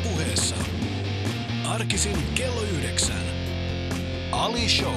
Puheessa. Arkisin kello 9. Ali Show.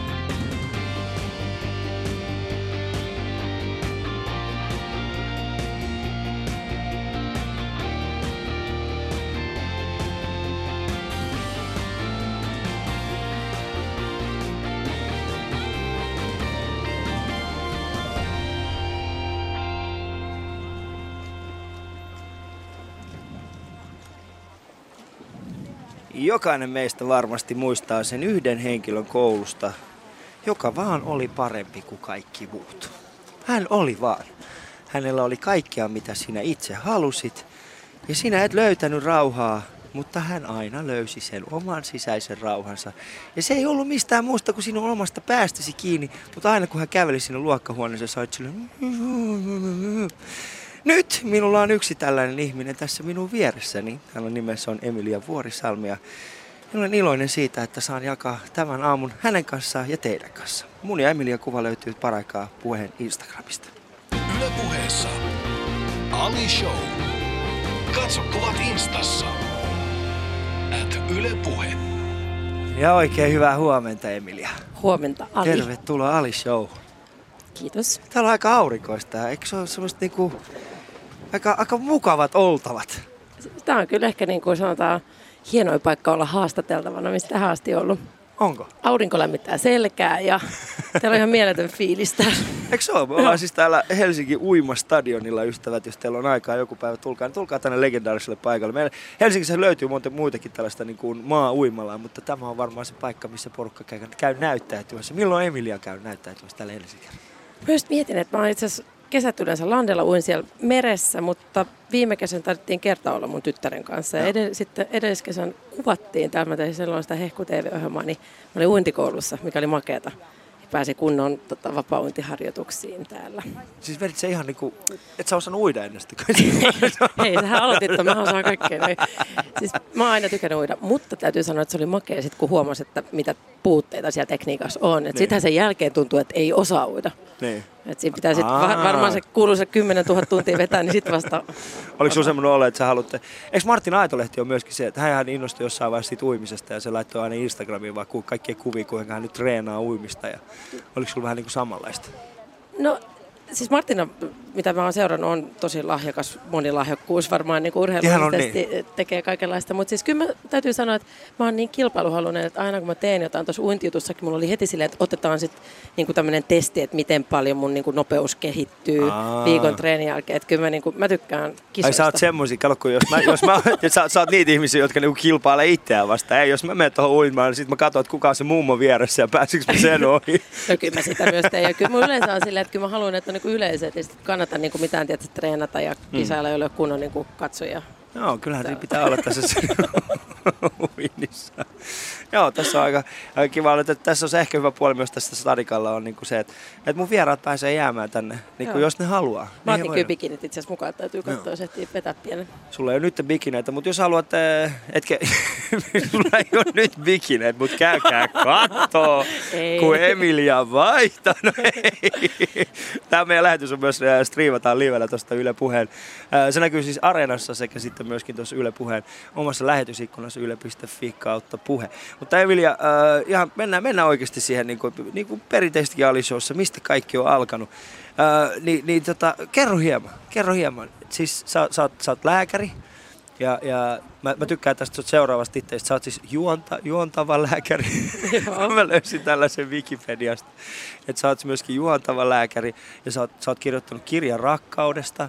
Jokainen meistä varmasti muistaa sen yhden henkilön koulusta, joka vaan oli parempi kuin kaikki muut. Hän oli vaan. Hänellä oli kaikkea, mitä sinä itse halusit, ja sinä et löytänyt rauhaa, mutta hän aina löysi sen oman sisäisen rauhansa. Ja se ei ollut mistään muusta kuin sinun omasta päästäsi kiinni, mutta aina kun hän käveli sinne luokkahuoneeseen, sä olit silleen... Nyt minulla on yksi tällainen ihminen tässä minun vieressäni. Hänen nimensä on Emilia Vuorisalmi ja olen iloinen siitä, että saan jakaa tämän aamun hänen kanssaan ja teidän kanssa. Mun ja Emilian kuva löytyy paraikaa Puheen Instagramista. Yle Puheessa. Ali Show. Katso kuvat Instassa. @Yle Puhe. Ja oikein hyvää huomenta, Emilia. Huomenta, Ali. Tervetuloa Ali Show. Kiitos. Täällä on aika aurinkoista. Eikö se ole semmoista niinku aika mukavat oltavat? Tämä on kyllä ehkä niin kuin sanotaan hienoin paikka olla haastateltavana, mistä tähän asti ollut. Onko? Aurinko lämmittää selkää ja täällä on ihan mieletön fiilistä. Eikö se ole? Me ollaan siis täällä Helsingin uimastadionilla, ystävät, jos teillä on aikaa joku päivä, tulkaa tänne legendaariselle paikalle. Meillä Helsingissä löytyy monta muitakin tällaista niin kuin maa-uimalaa, mutta tämä on varmaan se paikka, missä porukka käy näyttäytymässä. Milloin Emilia käy näyttäytymässä täällä Helsingissä? Mä just mietin, että mä oon itse asiassa kesät yleensä landella uin siellä meressä, mutta viime kesän tarvittiin kertaa olla mun tyttären kanssa. Ja sitten edelliskesän kuvattiin, täällä mä tein silloin sitä Hehku TV-ohjelmaa, niin mä olin uintikoulussa, mikä oli makeata. Pääsin kunnon vapaa-uintiharjoituksiin täällä. Siis vedit se ihan niinku, et sä osannut uida ennen sitä? Hei, sähän aloitit, että mä osaan kaikkea. Siis mä oon aina tykännyt uida, mutta täytyy sanoa, että se oli makea sit, kun huomasi, että mitä puutteita siellä tekniikassa on. Niin. Sittenhän sen jälkeen tuntuu, että ei osaa uida. Niin. Että siinä pitää sitten varmaan se kuuluu se 10 000 tuntia vetää, niin sitten vasta... Oliko sinulla semmoinen olo, että sä haluatte... Eikö Martin Aitolehti on myöskin se, että hän innostui jossain vaiheessa siitä uimisesta ja se laittoi aina Instagramiin vaan kaikkia kuvia, kuinka hän nyt treenaa uimista. Ja oliko sulla vähän niin kuin samanlaista? No, siis Martina, mitä mä oon seurannut, on tosi lahjakas, monilahjakkuus varmaan niin urheilullisesti niin. Tekee kaikenlaista. Mutta siis kyllä mä täytyy sanoa, että mä oon niin kilpailuhaluinen, että aina kun mä teen jotain tuossa uintijutussakin, mulla oli heti silleen, että otetaan sitten niin tämmöinen testi, että miten paljon mun niin kuin nopeus kehittyy viikon treenin jälkeen. Että kyllä mä tykkään kisoista. Ai sä oot semmosia, kato kun sä oot niitä ihmisiä, jotka niinku kilpailee itseään vastaan. Ei, jos mä menen tuohon uimaan, niin sit mä katson, että kuka on se mummo vieressä ja pääsikö mä sen ohi. No kyllä mä sitä myös teen. Ja kyllä mun yleensä on silleen, että kyllä mä haluan, että on niin yleiset, ja sitten kannata niin mitään tietysti treenata ja kisailla, jolle kunnon niin katsoja. Joo, kyllähän siinä pitää olla tässä uinnissa. Joo, tässä on aika kiva, että tässä on se ehkä hyvä puoli myös tässä Stadikalla on niin kuin se, että mun vieraat pääsee jäämään tänne, niin kuin jos ne haluaa. Mä otin kyllä bikinit itse asiassa mukaan, että täytyy katsoa, jos ehtii vetää pienen. Sulla ei ole nyt bikineitä, mutta jos haluat, sulla ei ole nyt bikineitä, mutta käykää kattoo, kun Emilia on vaihtanut. Tämä meidän lähetys on myös striivataan livellä tuosta Yle Puheen. Se näkyy siis Areenassa sekä sitten myöskin tuossa Yle Puheen omassa lähetysikkunassa yle.fi/puhe. Mutta Emilia, ihan mennään oikeasti siihen niin kuin perinteisestikin Ali Showssa, mistä kaikki on alkanut. Kerro hieman. Siis sä oot lääkäri ja mä tykkään tästä seuraavasta itseästä. Sä oot siis juontava lääkäri. Mä löysin tällaisen Wikipediasta, että sä oot myöskin juontava lääkäri ja sä oot kirjoittanut kirjan rakkaudesta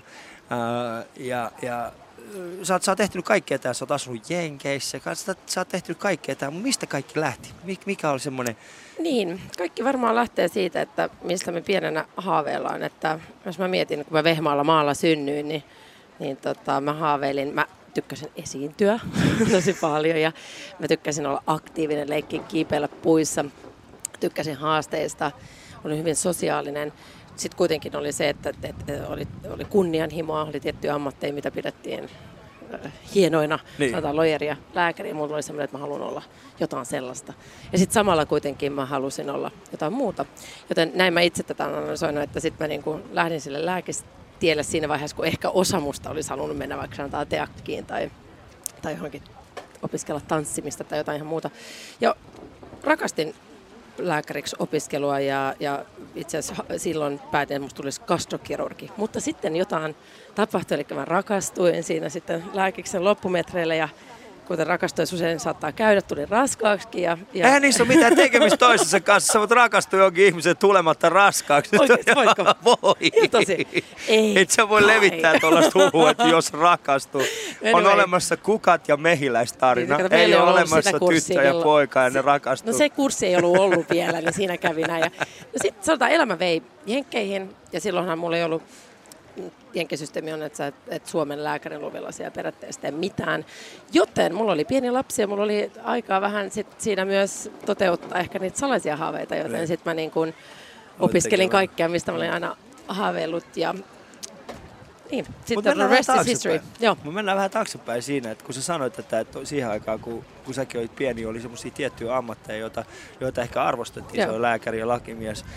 ja sä oot tehnyt kaikkea tää, sä oot asunut Jenkeissä, sä oot tehnyt kaikkea tää, mutta mistä kaikki lähti? Mikä oli semmoinen? Niin, kaikki varmaan lähtee siitä, että mistä me pienenä haaveillaan, että jos mä mietin, kun mä Vehmaalla maalla synnyin, niin mä haaveilin, mä tykkäsin esiintyä tosi paljon ja mä tykkäsin olla aktiivinen, leikkiä kiipeillä puissa, tykkäsin haasteista, olin hyvin sosiaalinen. Sitten kuitenkin oli se, että oli kunnianhimoa, oli tiettyjä ammatteja, mitä pidettiin hienoina, niin. Sanotaan lojeri ja lääkäri, ja mulla oli semmoinen, että mä haluan olla jotain sellaista. Ja sitten samalla kuitenkin mä halusin olla jotain muuta. Joten näin mä itse tätä analysoin, että sitten mä niinku lähdin sille lääketielle siinä vaiheessa, kun ehkä osa musta olisi halunnut mennä vaikka sanotaan teakkiin tai tai johonkin opiskella tanssimista tai jotain ihan muuta. Ja rakastin lääkäriksi opiskelua ja itse asiassa silloin päätin, että musta tulisi gastrokirurgi. Mutta sitten jotain tapahtui, eli mä rakastuin siinä sitten lääkiksen loppumetreille ja kuten rakastuin usein saattaa käydä, tuli raskaaksikin. Eihän niissä ole mitään tekemistä toisensa kanssa. Sä voit rakastua johonkin ihmisen tulematta raskaaksi. Oikeasti voitko? Voi. Tosi. Et sä voi levittää tuollaista huhua, että jos rakastuu. On olemassa kukat ja mehiläistarina. Niin, ei ole olemassa tyttö ja poika ja ne rakastuu. No se kurssi ei ollut vielä, niin siinä kävi näin. Ja sitten sanotaan, elämä vei Jenkkeihin ja silloinhan mulla ei ollut Jenkkisysteemi on, että et Suomen lääkärin luvilla siellä periaatteessa tee mitään. Joten mulla oli pieni lapsi ja mulla oli aikaa vähän siinä myös toteuttaa ehkä niitä salaisia haaveita, joten sitten mä niin kuin opiskelin kaikkea, mistä mä olin aina haaveillut. Ja niin, sitten the rest is history. Mutta mennään vähän taaksepäin siinä, että kun sä sanoit, että siihen aikaan, kun säkin olit pieni, oli semmoisia tiettyjä ammatteja, joita ehkä arvostettiin, se on lääkäri ja lakimies,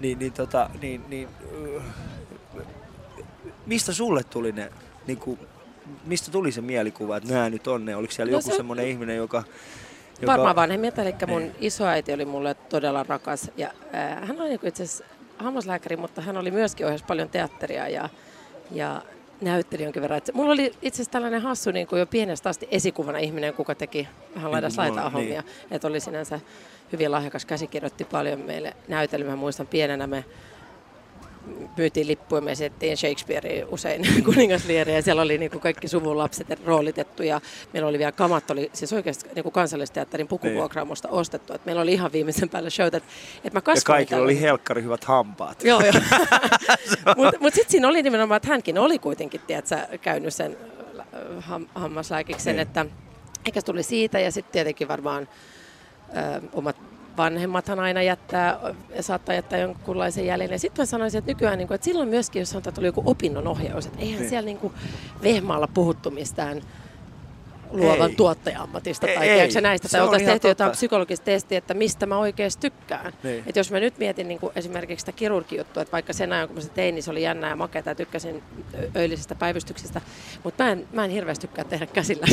mistä sulle tuli ne, mistä tuli se mielikuva, että nämä nyt on ne? Oliko siellä joku semmoinen ihminen, joka... Varmaan vanhemmilta, eli mun isoäiti oli mulle todella rakas. Ja, hän oli itse asiassa hammaslääkäri, mutta hän oli myöskin ohjasi paljon teatteria ja näytteli jonkin verran. Mulla oli itse asiassa tällainen hassu niin kuin jo pienestä asti esikuvana ihminen, kuka teki vähän laitaa hommia. Että oli sinänsä hyvin lahjakas, käsikirjoitti paljon meille näytelyä. Mä muistan pienenä me myytiin lippuja, me esitettiin Shakespearea usein kuningaslieriä ja siellä oli niin kuin kaikki suvun lapset roolitettu ja meillä oli vielä kamat, oli siis oikeasti niin kuin Kansallisteatterin pukuvuokraamosta ostettu, että meillä oli ihan viimeisen päälle showt, että mä kasvoin. Ja kaikilla oli helkkari hyvät hampaat. Joo. Mutta sitten siinä oli nimenomaan, että hänkin oli kuitenkin, tiedätkö, käynyt sen hammaslääkiksen, että eikä se tuli siitä ja sitten tietenkin varmaan omat vanhemmathan aina saattaa jättää jonkunlaisen jäljen. Ja sitten mä sanoisin, että nykyään, että silloin myöskin, jos sanotaan, että oli joku opinnonohjaus, että eihän siellä vehmaalla puhuttu mistään luovan tuottaja-ammatista tai tiedätkö näistä, tai oltaisiin tehty jotain psykologista testiä, että mistä mä oikeasti tykkään. Että jos mä nyt mietin niin esimerkiksi sitä kirurgijuttua, että vaikka sen ajan, kun mä se tein, niin se oli jännää ja makeata ja tykkäsin öillisistä päivystyksistä, mutta mä en hirveästi tykkää tehdä käsillä.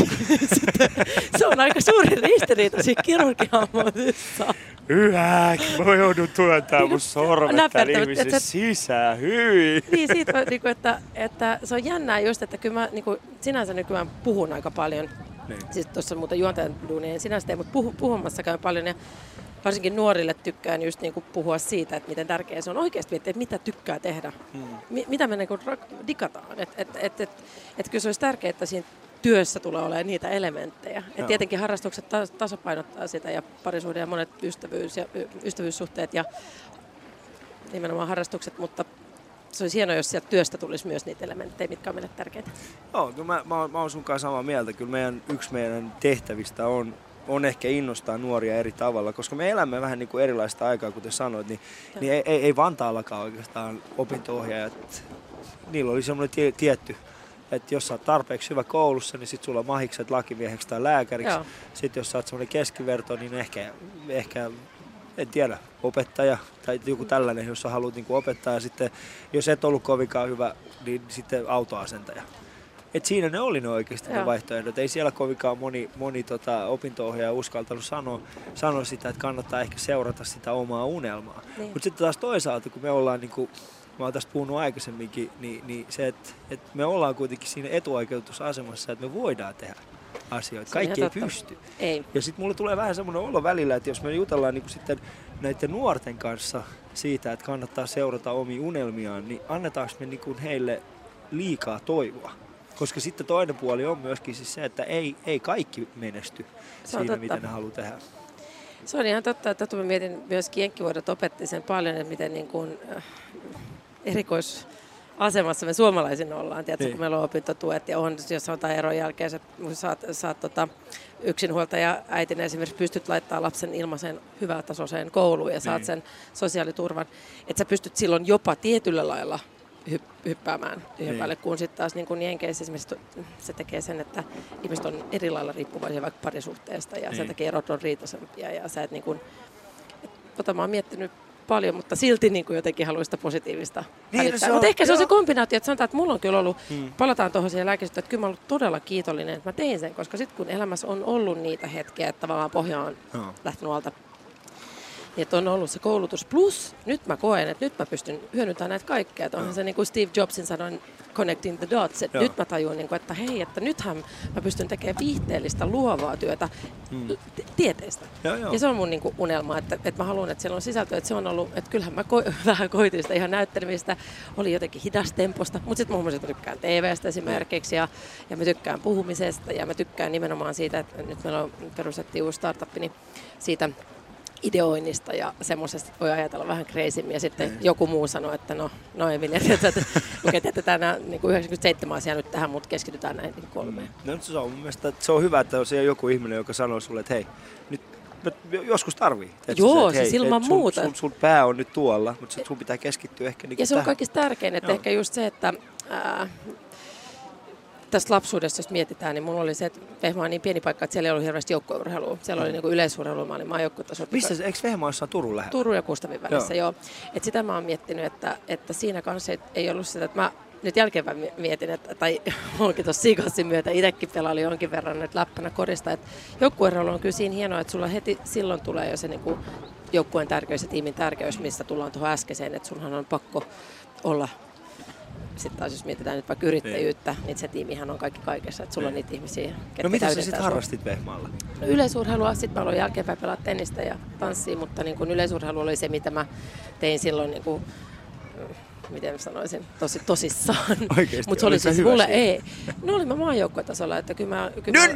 Se on aika suuri ristiriita siinä kirurgia-ammatissa. Mä joudun työntämään mun sormet täällä ihmisen sisään. Hyi! Niin siitä, että se on jännää just, että kyllä mä sinänsä nykyään puhun aika paljon. Siis tuossa muuten juontajan duunia en sinänsä tee, mutta puhumassa käyn paljon ja varsinkin nuorille tykkään just puhua siitä, että miten tärkeää se on oikeasti miettiä, että mitä tykkää tehdä. Mitä me digataan. Että kyllä se olisi tärkeää, että siinä työssä tulee olemaan niitä elementtejä. Et tietenkin harrastukset tasapainottaa sitä ja parisuhde ja monet ystävyyssuhteet ja nimenomaan harrastukset, mutta se olisi hienoa, jos sieltä työstä tulisi myös niitä elementtejä, mitkä on meille tärkeitä. Joo, mä oon sunkaan samaa mieltä. Kyllä yksi meidän tehtävistä on ehkä innostaa nuoria eri tavalla, koska me elämme vähän niin kuin erilaista aikaa, kuten sanoit, niin ei Vantaallakaan oikeastaan opinto-ohjaajat, niillä oli semmoinen tietty, että jos sä oot tarpeeksi hyvä koulussa, niin sit sulla on mahikset lakimieheksi tai lääkäriksi. Joo. Sitten jos sä oot semmoinen keskiverto, niin ehkä en tiedä, opettaja tai joku tällainen, jos sä haluat niin kuin opettaa. Ja sitten, jos et ollut kovinkaan hyvä, niin sitten autoasentaja. Et siinä ne oli ne oikeasti ne vaihtoehdot. Ei siellä kovinkaan moni opinto-ohjaaja uskaltanut sanoa sitä, että kannattaa ehkä seurata sitä omaa unelmaa. Niin. Mutta sitten taas toisaalta, kun me ollaan, niin kuin, mä oon tästä puhunut aikaisemminkin, niin se, että me ollaan kuitenkin siinä etuoikeutussa asemassa, että me voidaan tehdä asioita. Kaikki ei pysty. Ei. Ja sitten mulle tulee vähän semmoinen olo välillä, että jos me jutellaan niin kuin sitten näiden nuorten kanssa siitä, että kannattaa seurata omia unelmiaan, niin annetaanko me niin kuin heille liikaa toivoa? Koska sitten toinen puoli on myöskin siis se, että ei kaikki menesty siinä, mitä ne haluaa tehdä. Se on ihan totta, että mä mietin myöskin jenkkivuodet opetti sen paljon, että miten niin kuin erikoisasemassa me suomalaisin ollaan. Tiedätkö, kun meillä on opintotuet ja on, jos sanotaan eron jälkeen, saat yksinhuoltaja äitinä esimerkiksi pystyt laittamaan lapsen ilmaiseen hyvätasoiseen kouluun ja saat sen sosiaaliturvan. Että sä pystyt silloin jopa tietyllä lailla hyppäämään yhden päälle, kun sitten taas niin kuin Jenkeissä esimerkiksi se tekee sen, että ihmiset on eri lailla riippuvaisia vaikka parisuhteesta ja sen takia erot on riitaisempia ja sä et niin kuin, mä oon miettinyt paljon, mutta silti niin kuin jotenkin haluaa sitä positiivista välittää. Mutta ehkä se on se kombinaatio, että sanotaan, että mulla on kyllä ollut, palataan tuohon siihen lääkisyyteen, että kyllä mä olen ollut todella kiitollinen, että mä tein sen, koska sitten kun elämässä on ollut niitä hetkiä, että tavallaan pohja on lähtenyt alta, niin että on ollut se koulutus. Plus nyt mä koen, että nyt mä pystyn hyödyntämään näitä kaikkea. Että onhan se niin kuin Steve Jobsin sanoi, connecting the dots. Että nyt mä tajun, että hei, että nythän mä pystyn tekemään viihteellistä, luovaa työtä tieteestä. Ja se on mun niin kuin unelma, että mä haluan, että siellä on sisältöä. Että se on ollut, että kyllähän mä vähän koitin sitä ihan näyttelemistä. Oli jotenkin hidastemposta, mutta sitten mä huomasin, että mä tykkään TV:stä esimerkiksi ja mä tykkään puhumisesta ja mä tykkään nimenomaan siitä, että nyt meillä on perustettiin uusi startup, niin siitä ideoinnista ja semmoisesta voi ajatella vähän crazymmin ja sitten joku muu sanoo, että no Emilia, että tänään niin 97 asiaa nyt tähän, mutta keskitytään näihin niin 3. No se on mun mielestä, se on hyvä, että on siellä joku ihminen, joka sanoo sulle, että hei, nyt joskus tarvii. Joo, se siis ilman muuta. Sun pää on nyt tuolla, mutta sun pitää keskittyä ehkä niin ja se on kaikista tärkein, että ehkä just se, että tästä lapsuudesta, jos mietitään, niin mulla oli se, että Vehmaa on niin pieni paikka, että siellä ei ollut hirveästi joukkueurheilua. Siellä oli niin yleisurheilua, mä olin maajoukkuetasolla. Missä, eikö Vehmaa jossain Turun lähellä? Turun ja Kustavin välissä, joo. Et sitä mä oon miettinyt, että siinä kanssa ei ollut sitä, että mä nyt jälkeenpäin mietin, tai onkin tuossa Seagassin myötä itsekin pelaili jonkin verran nyt läppänä korista, että joukkueurheilu on kyllä siinä hienoa, että sulla heti silloin tulee jo se niin kuin joukkueen tärkeys ja tiimin tärkeys, mistä tullaan tuohon äskeiseen, että sunhan on pakko olla. Sitten taas jos mietitään nyt vaikka yrittäjyyttä, niin se tiimihän on kaikki kaikessa, että sulla on niitä ihmisiä, ketkä täydentää. No mitä sä sitten harrastit Vehmaalla? No yleisurheilua, sitten mä aloin jälkeenpäin pelaa tennistä ja tanssia, mutta niin kun yleisurheilu oli se, mitä mä tein silloin, niin kuin, miten sanoisin, tosissaan. Oikeesti? Mutta se oli siis mulle ei. No olin mä maajoukkuetasolla, että kyllä mä...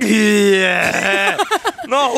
No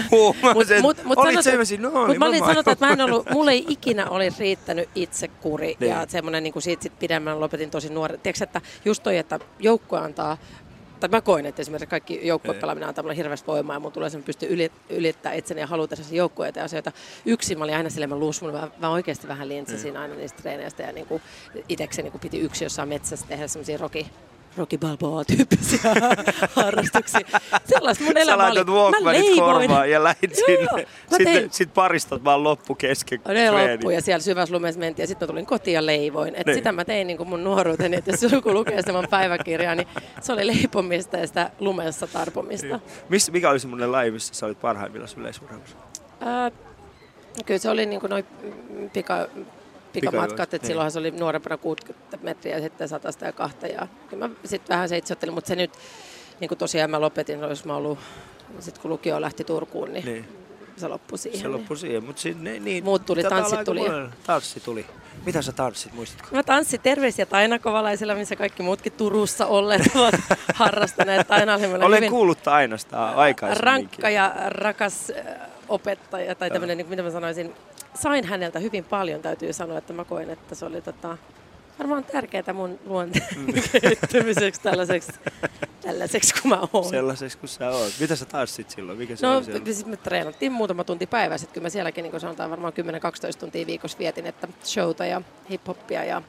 Mutta mä olin sanottu, että mulla ei ikinä olisi riittänyt itsekuri ja semmoinen niin kuin siitä sit pidemmän lopetin tosi nuori. Tiedätkö, että just toi, että joukkue antaa, tai mä koen, että esimerkiksi kaikki joukkuepelaaminen antaa mulle hirveästi voimaa ja mun tulee semmoinen pystyä ylittämään itseni ja halutessa joukkueita ja asioita. Yksin mä olin aina silleen, mä oikeasti vähän lintsasin aina niistä treeneistä ja niin kuin itsekseni niin piti yksin jossain metsässä tehdä semmoisia Rocky Balboa-tyyppisiä harrastuksia. Sellaista mun elämä oli. Sä laitat Walkmanit korvaan ja lähdit sinne. Sitten paristot vaan loppu kesken treeni. Loppu ja siellä syvässä lumessa mentiin ja sitten mä tulin kotiin ja leivoin. Et sitä mä tein niin kuin mun nuoruuteni, että jos joku lukee sitä mun päiväkirjaa, niin se oli leipomista ja sitä lumessa tarpomista. Mikä oli semmoinen laji, missä sä olit parhaimmillaan yleisurheilussa? Kyllä se oli niin kuin noin pikamatkat, että silloinhan se oli nuorempana 60 metriä ja sitten 100 ja 2. Ja kyllä mä sitten vähän seitseottelin, mutta se nyt, niin kuin tosiaan mä lopetin, jos mä ollut, sitten kun lukio lähti Turkuun, niin se loppui siihen. Se loppui siihen, mutta muut tuli, tanssit tuli. Tanssi tuli. Mitä sä tanssit, muistatko? Mä tanssin terveisiä Tainakovalaisilla, missä kaikki muutkin Turussa olleet ovat harrastaneet. Olen kuullut Tainasta aikaisemminkin. Rankka ja rakas opettaja, tai tämmöinen, niin mitä mä sanoisin, sain häneltä hyvin paljon, täytyy sanoa, että mä koen, että se oli varmaan tärkeää mun luonteen kehittymiseksi tällaiseksi kuin mä oon. Sellaiseksi kuin sä oot. Mitä sä tanssit silloin? Mikä se oli siellä? Siis me treenattiin muutama tunti päivässä, että kyllä mä sielläkin niin sanotaan varmaan 10-12 tuntia viikossa vietin, että showta ja hip-hoppia ja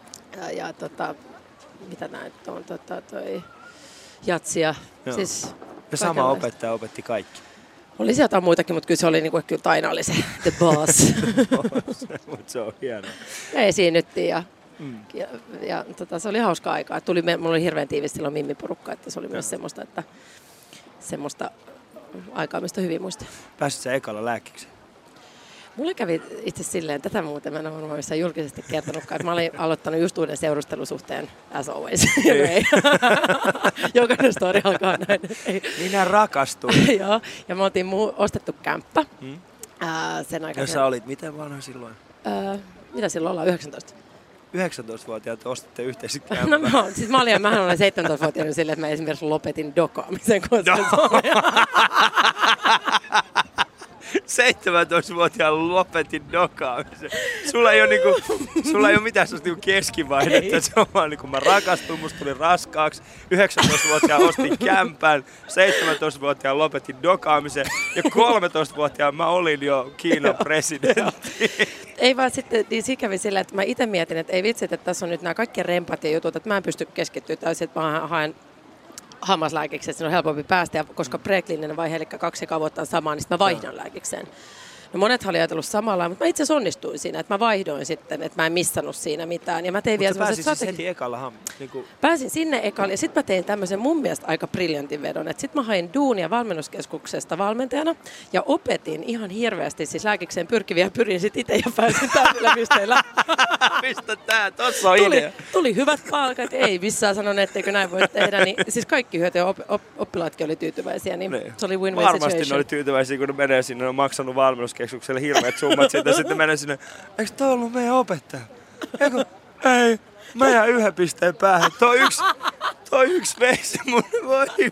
mitä näitä on, toi jatsia. Siis ja sama opettaja opetti kaikki. Oli sieltä muitakin, mutta kyllä se oli niin kuin, kyllä Taina oli se the boss. Mutta se on hienoa. Ja esiinnyttiin ja se oli hauska aikaa. Mulla oli hirveän tiivis silloin mimmiporukka, että se oli myös semmoista aikaa, mistä hyvin muistaa. Pääsit sä ekalla lääkkikseen? Mulla kävi itse silleen, tätä muuten mä en ole varmaan missään julkisesti kertonutkaan, että mä olin aloittanut just uuden seurustelusuhteen as always. Jokainen story alkaa näin. Minä rakastuin. Joo, ja me oltiin ostettu kämppä. Sen aikana. Ja sä olit miten vanha silloin? Mitä silloin ollaan? 19. 19-vuotiaat ostitte yhteisen kämppän. No, siis mähän olen 17-vuotiaana silleen, että mä esimerkiksi lopetin dokaamisen, koska se oli. 17-vuotiaan lopetin dokaamisen. Sulla ei ole mitään sellaista niinku keskivaihetta. Se on vaan niinku mä rakastuin, musta tuli raskaaksi. 19-vuotiaan ostin kämpän, 17-vuotiaan lopetin dokaamisen ja 13-vuotiaan mä olin jo Kiinan presidentti. Ei vaan sitten, niin siinä kävi sillä, että mä itse mietin, että ei vitsi, että tässä on nyt nämä kaikki rempat ja jutut, että mä en pysty keskittyä täysin, että mä haen hammaslääkiksi, että se on helpompi päästä, ja koska prekliininen vaihe, eli 2 vuotta on sama, niin sitten mä vaihdan lääkikseen. No monethan oli ajatellut samalla, mutta mä itse asiassa onnistuin siinä, että mä vaihdoin sitten, että mä en missannut siinä mitään. Ja mä tein vielä pääsit siis heti ekalla Pääsin sinne ekalla ja sitten mä tein tämmöisen mun mielestä aika briljantin vedon. Että sitten mä hain duunia valmennuskeskuksesta valmentajana ja opetin ihan hirveästi siis lääkikseen pyrkiviä. Pyrin sitten itse ja pääsin täydellä pisteellä. Mistä tää? Tossa on idea. Tuli hyvät palkat, ei missään sanon, etteikö näin voi tehdä. Niin, siis kaikki hyötyä ja oppilaatkin oli tyytyväisiä, niin se oli win-win situation. Varmasti ne oli tyytyväisiä, kun ne menee sinne, ne on maksanut valmennuskeskukselle hirveät summat siitä. Sitten menee sinne, eikö toi ollut meidän opettaja? Ei, mä jään 1 pisteen päähän. Toi yksi veisi mun voimi.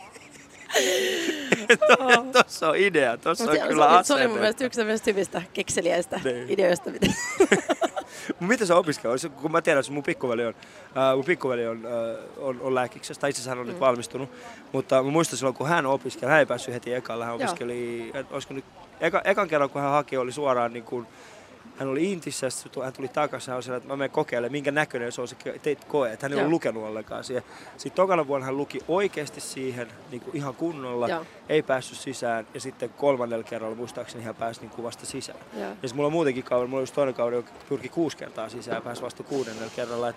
Tossa on idea, tossa on kyllä asenne. Se oli mun mielestä yksi hyvistä kekseliäistä ideoista. Miten sä opiskelet? Kun mä tiedän, että mun pikkuveli on lääkiksestä, tai itse asiassa hän on nyt valmistunut, mutta mä muistan silloin, kun hän opiskeli, hän ei päässyt heti ekalla, hän opiskeli, olisiko nyt, ekan kerran kun hän haki, oli suoraan niin kuin, hän oli Intissä, hän tuli takaisin, hän oli siellä, että mä menen kokeilemaan, minkä näköinen se on se koe, että hän ei ollut lukenut ollenkaan siihen. Sitten tokana vuonna hän luki oikeasti siihen niin kuin ihan kunnolla, ei päässyt sisään, ja sitten 3. kerralla muistaakseni hän pääsi niin kuin vasta sisään. Ja sitten mulla on muutenkin kauden, mulla oli just toinen kauden, joka pyrki 6 kertaa sisään ja pääsi vasta 6. kerralla.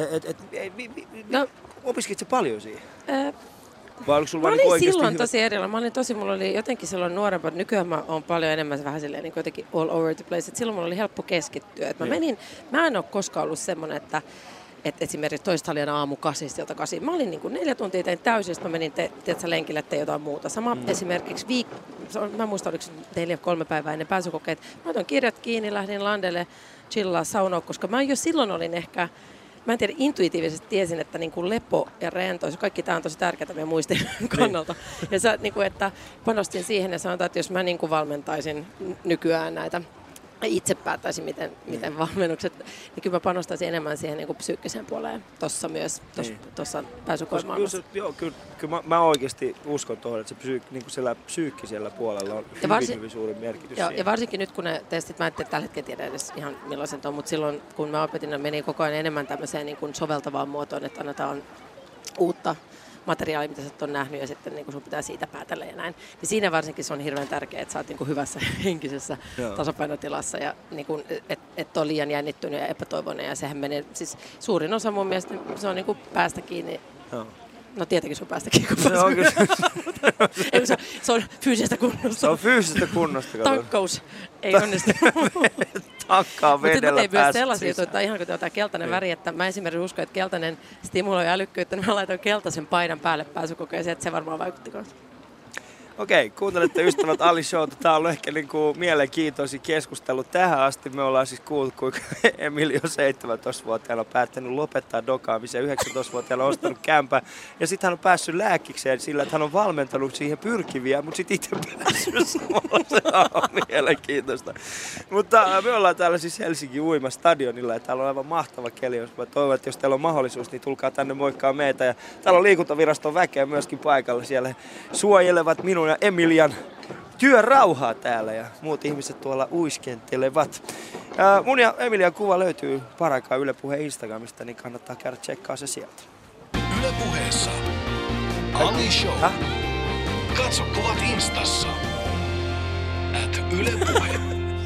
Opiskitko sä paljon siihen? Mä olin silloin tosi erilainen. Mulla oli jotenkin silloin nuorempaa. Nykyään mä oon paljon enemmän vähän silleen niin jotenkin all over the place. Et silloin mulla oli helppo keskittyä. Mä en ole koskaan ollut semmoinen, että esimerkiksi toista oli aina aamu 8-8. Mä olin niin kuin 4 tuntia tein täysin, sitten mä menin lenkille, tein jotain muuta. Sama esimerkiksi mä muistan, oliko 4-3 päivää ennen pääsykokeet. Mä otin kirjat kiinni, lähdin landelle chillaa saunoa, koska mä jo silloin olin ehkä... Mä en tiedä, intuitiivisesti tiesin, että niin kuin lepo ja rentous, kaikki tämä on tosi tärkeää meidän muistin kannalta. Ja niin kuin, että panostin siihen ja sanotaan, että jos mä niin kuin valmentaisin nykyään näitä, itse päättäisin, miten valmennukset, niin kyllä mä panostaisin enemmän siihen niin kuin psyykkiseen puoleen tuossa myös, tuossa pääsykoemaailmassa. Joo, kyllä mä oikeasti uskon tuohon, että se niin kuin siellä psyykkisellä puolella on hyvin suuri merkitys. Ja varsinkin nyt, kun ne testit, mä en tällä hetkellä tiedä edes ihan millaiset on, mutta silloin, kun mä opetin, meni koko ajan enemmän tämmöiseen niin kuin soveltavaan muotoon, että annetaan uutta materiaalia, mitä sä oot nähnyt, ja sitten niin sun pitää siitä päätellä ja näin. Niin siinä varsinkin se on hirveän tärkeää, että sä oot niin hyvässä henkisessä tasapainotilassa, ja niin et ole liian jännittynyt ja epätoivoinen, ja sehän menee, siis suurin osa mun mielestä, se on niin päästä kiinni. No tietenkin se on päästä kiinni, se on fyysisestä kunnosta. Se on fyysisestä kunnosta. Tankkaus ei onnistu. Tankkaa vedellä päästä. Mutta ei myös sellaisia juttuja, että ihan kun tämä keltainen väri, että mä esimerkiksi uskon, että keltainen stimuloi älykkyyttä, niin mä laitan keltaisen paidan päälle pääsykokeeseen, että se varmaan vaikutti kanssa. Okei, kuuntelette ystävät Ali Showta. Tämä on ollut ehkä niin kuin mielenkiintoisin keskustelu tähän asti. Me ollaan siis kuullut, kuinka Emilio 17-vuotiaana on päättänyt lopettaa dokaamisen. 19-vuotiaana on ostanut kämpän. Ja sitten hän on päässyt lääkikseen sillä, että hän on valmentanut siihen pyrkiviä, mutta sitten itse päässyt samalla. Se on mielenkiintoista. Mutta me ollaan täällä siis Helsingin Uimastadionilla ja täällä on aivan mahtava keli. Mä toivon, että jos teillä on mahdollisuus, niin tulkaa tänne moikkaa meitä. Ja täällä on liikuntaviraston väkeä myöskin paikalla. Siellä suojelevat minun ja Emilian työrauhaa täällä ja muut ihmiset tuolla uiskentelevat. Mun ja Emilian kuva löytyy paraikaa Yle Puheen Instagramista, niin kannattaa käydä tsekkaa se sieltä. Yle Puheessa Ali Show. Katso kuvat Instassa. @Yle Puhe.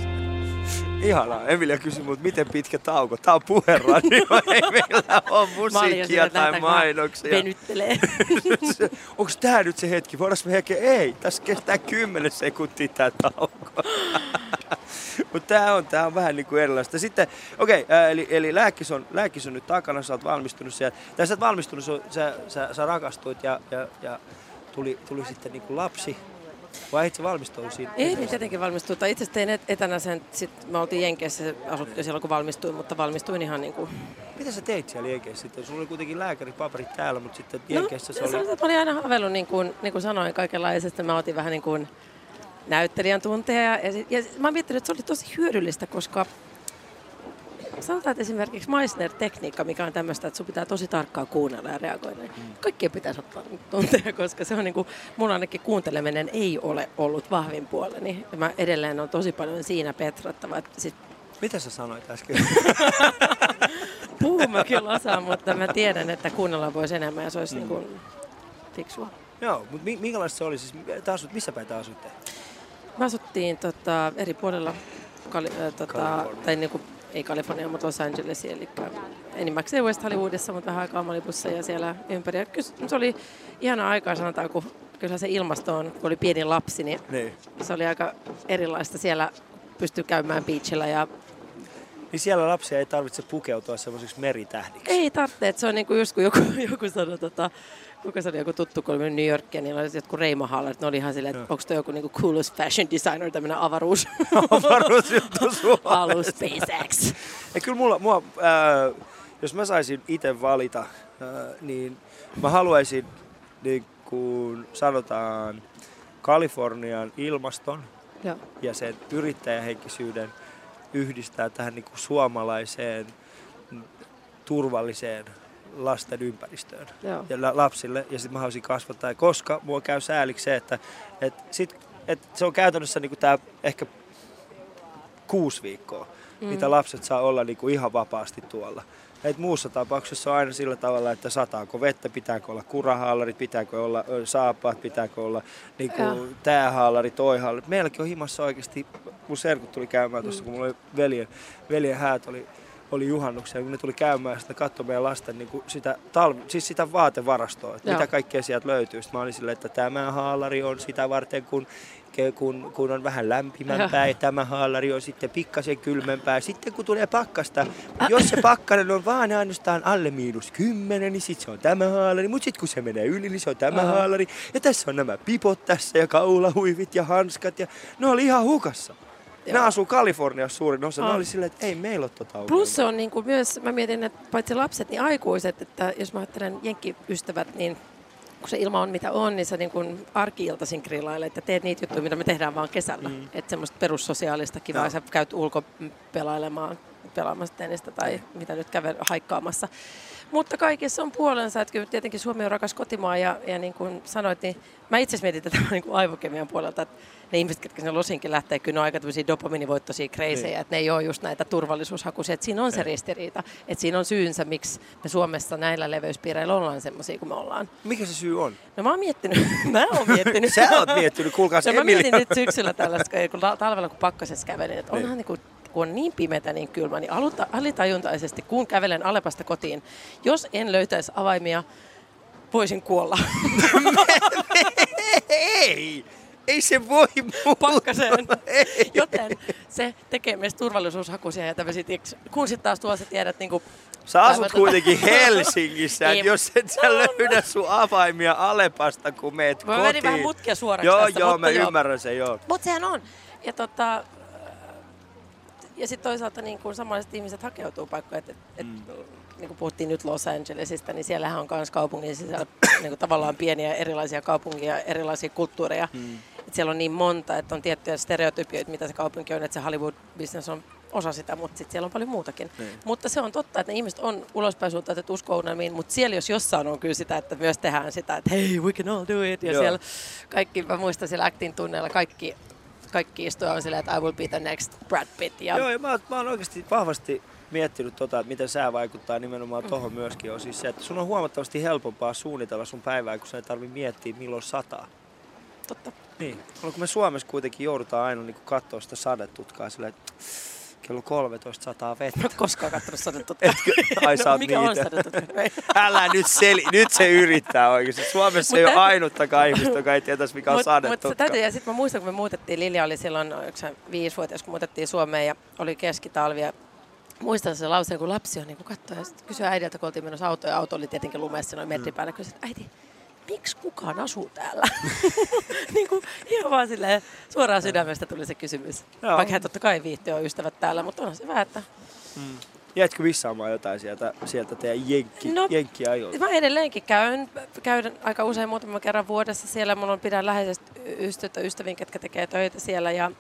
Ihanaa. Emilia kysyi multa, miten pitkä tauko. Tää on puheradio, ei meillä ole musiikkia tai mainoksia. Venyttelee. Onko tää nyt se hetki? Voidaanko me hetken? Ei, tässä kestää 10 sekuntia tää tauko. Mutta tää on vähän niinku erilaista. Sitten, eli lääkis on nyt takana, sä oot valmistunut sieltä. Tai sä oot valmistunut, sä rakastuit ja tuli sitten niinku lapsi. Vai itse valmistui siinä? Ei, niin tietenkin valmistui. Itse asiassa tein etänä sen, me oltiin Jenkeissä, asuttiin siellä kun valmistuin, mutta valmistuin ihan niin kuin... Mitä sä teit siellä Jenkeissä sitten? Sulla oli kuitenkin lääkäripaperit täällä, mutta sitten Jenkeissä se oli... Mä olin aina haaveillut, niin kuin sanoin, kaikenlaisesta. Mä otin vähän niin kuin näyttelijän tunteja ja mä miettinyt, että se oli tosi hyödyllistä, koska sanotaan, että esimerkiksi Meissner-tekniikka, mikä on tämmöistä, että sun pitää tosi tarkkaan kuunnella ja reagoida. Kaikkien pitäisi ottaa tunteja, koska se on niin kuin, mun ainakin kuunteleminen ei ole ollut vahvin puoleni. Ja mä edelleen on tosi paljon siinä petrattava. Mitä sä sanoit äsken? Puhun mä kyllä osaan, mutta mä tiedän, että kuunnella voisi enemmän ja se olisi niin kuin fiksua. Joo, mutta minkälaista se oli? Siis, missä päin te asuitte? Mä asuin asuttiin eri puolilla, tai niinku, ei Kalifornia, mutta Los Angeles, eli enimmäkseen West Hollywoodissa, mutta vähän aikaa Malibussa ja siellä ympäri. Ja se oli ihana aikaa, sanotaan, kun kyllä se ilmasto on, kun oli pieni lapsi, niin se oli aika erilaista. Siellä pystyi käymään beachillä ja niin siellä lapsia ei tarvitse pukeutua semmoisiksi meritähdiksi. Ei tarvitse, että se on niinku just kun joku sanoi, kuka se oli joku tuttu, kun oli New York ja niillä oli jotkut reimahallarit, ne oli ihan silleen, että onko toi joku niinku coolest fashion designer, tämmöinen avaruusjuttu Alus SpaceX. Ja kyllä jos mä saisin itse valita, niin mä haluaisin, niin kuin sanotaan, Kalifornian ilmaston ja sen yrittäjähenkisyyden yhdistää tähän niin kuin suomalaiseen turvalliseen lasten ympäristöön ja lapsille. Ja sitten mä haluaisin kasvattaa, koska mua käy sääliksi se, että se on käytännössä niin kuin tää ehkä 6 viikkoa, mitä lapset saa olla niin kuin ihan vapaasti tuolla. Et muussa tapauksessa on aina sillä tavalla, että sataako vettä, pitääkö olla kurahallarit, pitääkö olla saappaat, pitääkö olla niinku täähallari, toi hallari. Meilläkin on himassa oikeasti, mun serkut tuli käymään tuossa, kun mulla oli veljen häät oli juhannuksia, kun ne tuli käymään ja sitten katsoi meidän lasten niin sitä vaatevarastoa, että mitä kaikkea sieltä löytyy. Sitten mä olin silleen, että tämä haalari on sitä varten, kun on vähän lämpimämpää ja tämä haalari on sitten pikkasen kylmempää. Sitten kun tulee pakkasta, jos se pakkanen on vaan ainoastaan alle -10, niin sitten se on tämä haalari. Mutta sitten kun se menee yli, niin se on tämä haalari. Ja tässä on nämä pipot tässä ja kaulahuivit ja hanskat ja ne oli ihan hukassa. Ne asuu Kaliforniassa suurin osa. Ne oli silleen, että ei meillä ole ongelmaa. Plus se on niin kuin myös, mä mietin, että paitsi lapset, niin aikuiset, että jos mä ajattelen jenkkiystävät, niin kun se ilma on mitä on, niin sä niin kuin arki-iltaisin grillailet, että teet niitä juttuja, mitä me tehdään vaan kesällä. Että semmoista perussosiaalista kivaa, sä käyt pelaamassa tennistä tai mitä nyt haikkaamassa. Mutta kaikessa on puolensa, että kyllä tietenkin Suomi on rakas kotimaa ja niin kuin sanoit, niin mä itse asiassa mietin tätä niin kuin aivokemian puolelta, että ne ihmiset, ketkä sinne losinkin lähtee, kyllä ne on aika tämmöisiä dopaminivoittoisia kreisejä, että ne ei ole just näitä turvallisuushakuisia, että siinä on se ristiriita, että siinä on syynsä, miksi me Suomessa näillä leveyspiireillä ollaan semmoisia kuin me ollaan. Mikä se syy on? No mä oon miettinyt. Sä oot miettinyt, kuulkaas Emilia. Mä mietin nyt syksyllä tällaista, kun talvella kun pakkasessa kävelin, että onhan niin kuin kun on niin pimeätä, niin kylmä, niin alitajuntaisesti, kun kävelen Alepasta kotiin, jos en löytäisi avaimia, voisin kuolla. Ei se voi pakkaseen. Joten se tekee meistä turvallisuushakuisia ja tämmöisiä, kun sitten taas tuossa tiedät niin kuin sä asut kuitenkin Helsingissä, että jos et sä löydä sun avaimia Alepasta, kun meet kotiin. Mä menin vähän mutkia suoraksi tästä. Joo, mä ymmärrän sen, joo. Mutta sehän on. Ja sitten toisaalta niin kun samanlaiset ihmiset hakeutuu paikkoja, niin kuin puhuttiin nyt Los Angelesista, niin siellähän on myös kaupungin sisällä niin tavallaan pieniä erilaisia kaupunkia, erilaisia kulttuureja. Et siellä on niin monta, että on tiettyjä stereotypioita, mitä se kaupunki on, että se Hollywood-business on osa sitä, mutta sitten siellä on paljon muutakin. Mutta se on totta, että ne ihmiset on ulospäin suuntautuneet usko-unelmiin, mutta siellä jos jossain on kyllä sitä, että myös tehdään sitä, että hei, we can all do it. Ja siellä kaikki, mä muistan siellä acting tunneilla, kaikki istuja on silleen, että I will be the next Brad Pitt. Joo, ja mä oon oikeasti vahvasti miettinyt että miten sää vaikuttaa nimenomaan tohon myöskin. On siis se, että sun on huomattavasti helpompaa suunnitella sun päivää, kun sä ei tarvitse miettiä, milloin sataa. Totta. Niin. No, kun me Suomessa kuitenkin joudutaan aina niin katsoa sitä sadetutkaa silleen, että kello 13 sataa vettä. Mä en koskaan katsonut sadetutkaa. Ai sä oot mikä niitä. On sadetutka? Älä nyt se yrittää oikeasti. Suomessa ei ole ainuttakaan ihmistä, joka ei tietäisi mikä on sadetutka. Ja sitten mä muistan, kun me muutettiin, Lilja oli silloin 5-vuotias, kun muutettiin Suomeen ja oli keskitalvi. Ja muistan se lauseen, kun lapsi on niin katsoi ja kysyi äidiltä, kun oltiin menossa autoon ja auto oli tietenkin lumessa noin metrin päällä. Kysyi, että äiti, miksi kukaan asuu täällä? Niin kuin ihan vaan silleen suoraan sydämestä tuli se kysymys. Joo. Vaikka hän totta kai viitti on ystävät täällä, mutta on se vähän, että jäitkö vissaamaan jotain sieltä teidän jenkkiajoilta? Mä edelleenkin käyn aika usein muutaman kerran vuodessa siellä. Mulla on pidän läheisesti ystäviin, ketkä tekee töitä siellä. Ja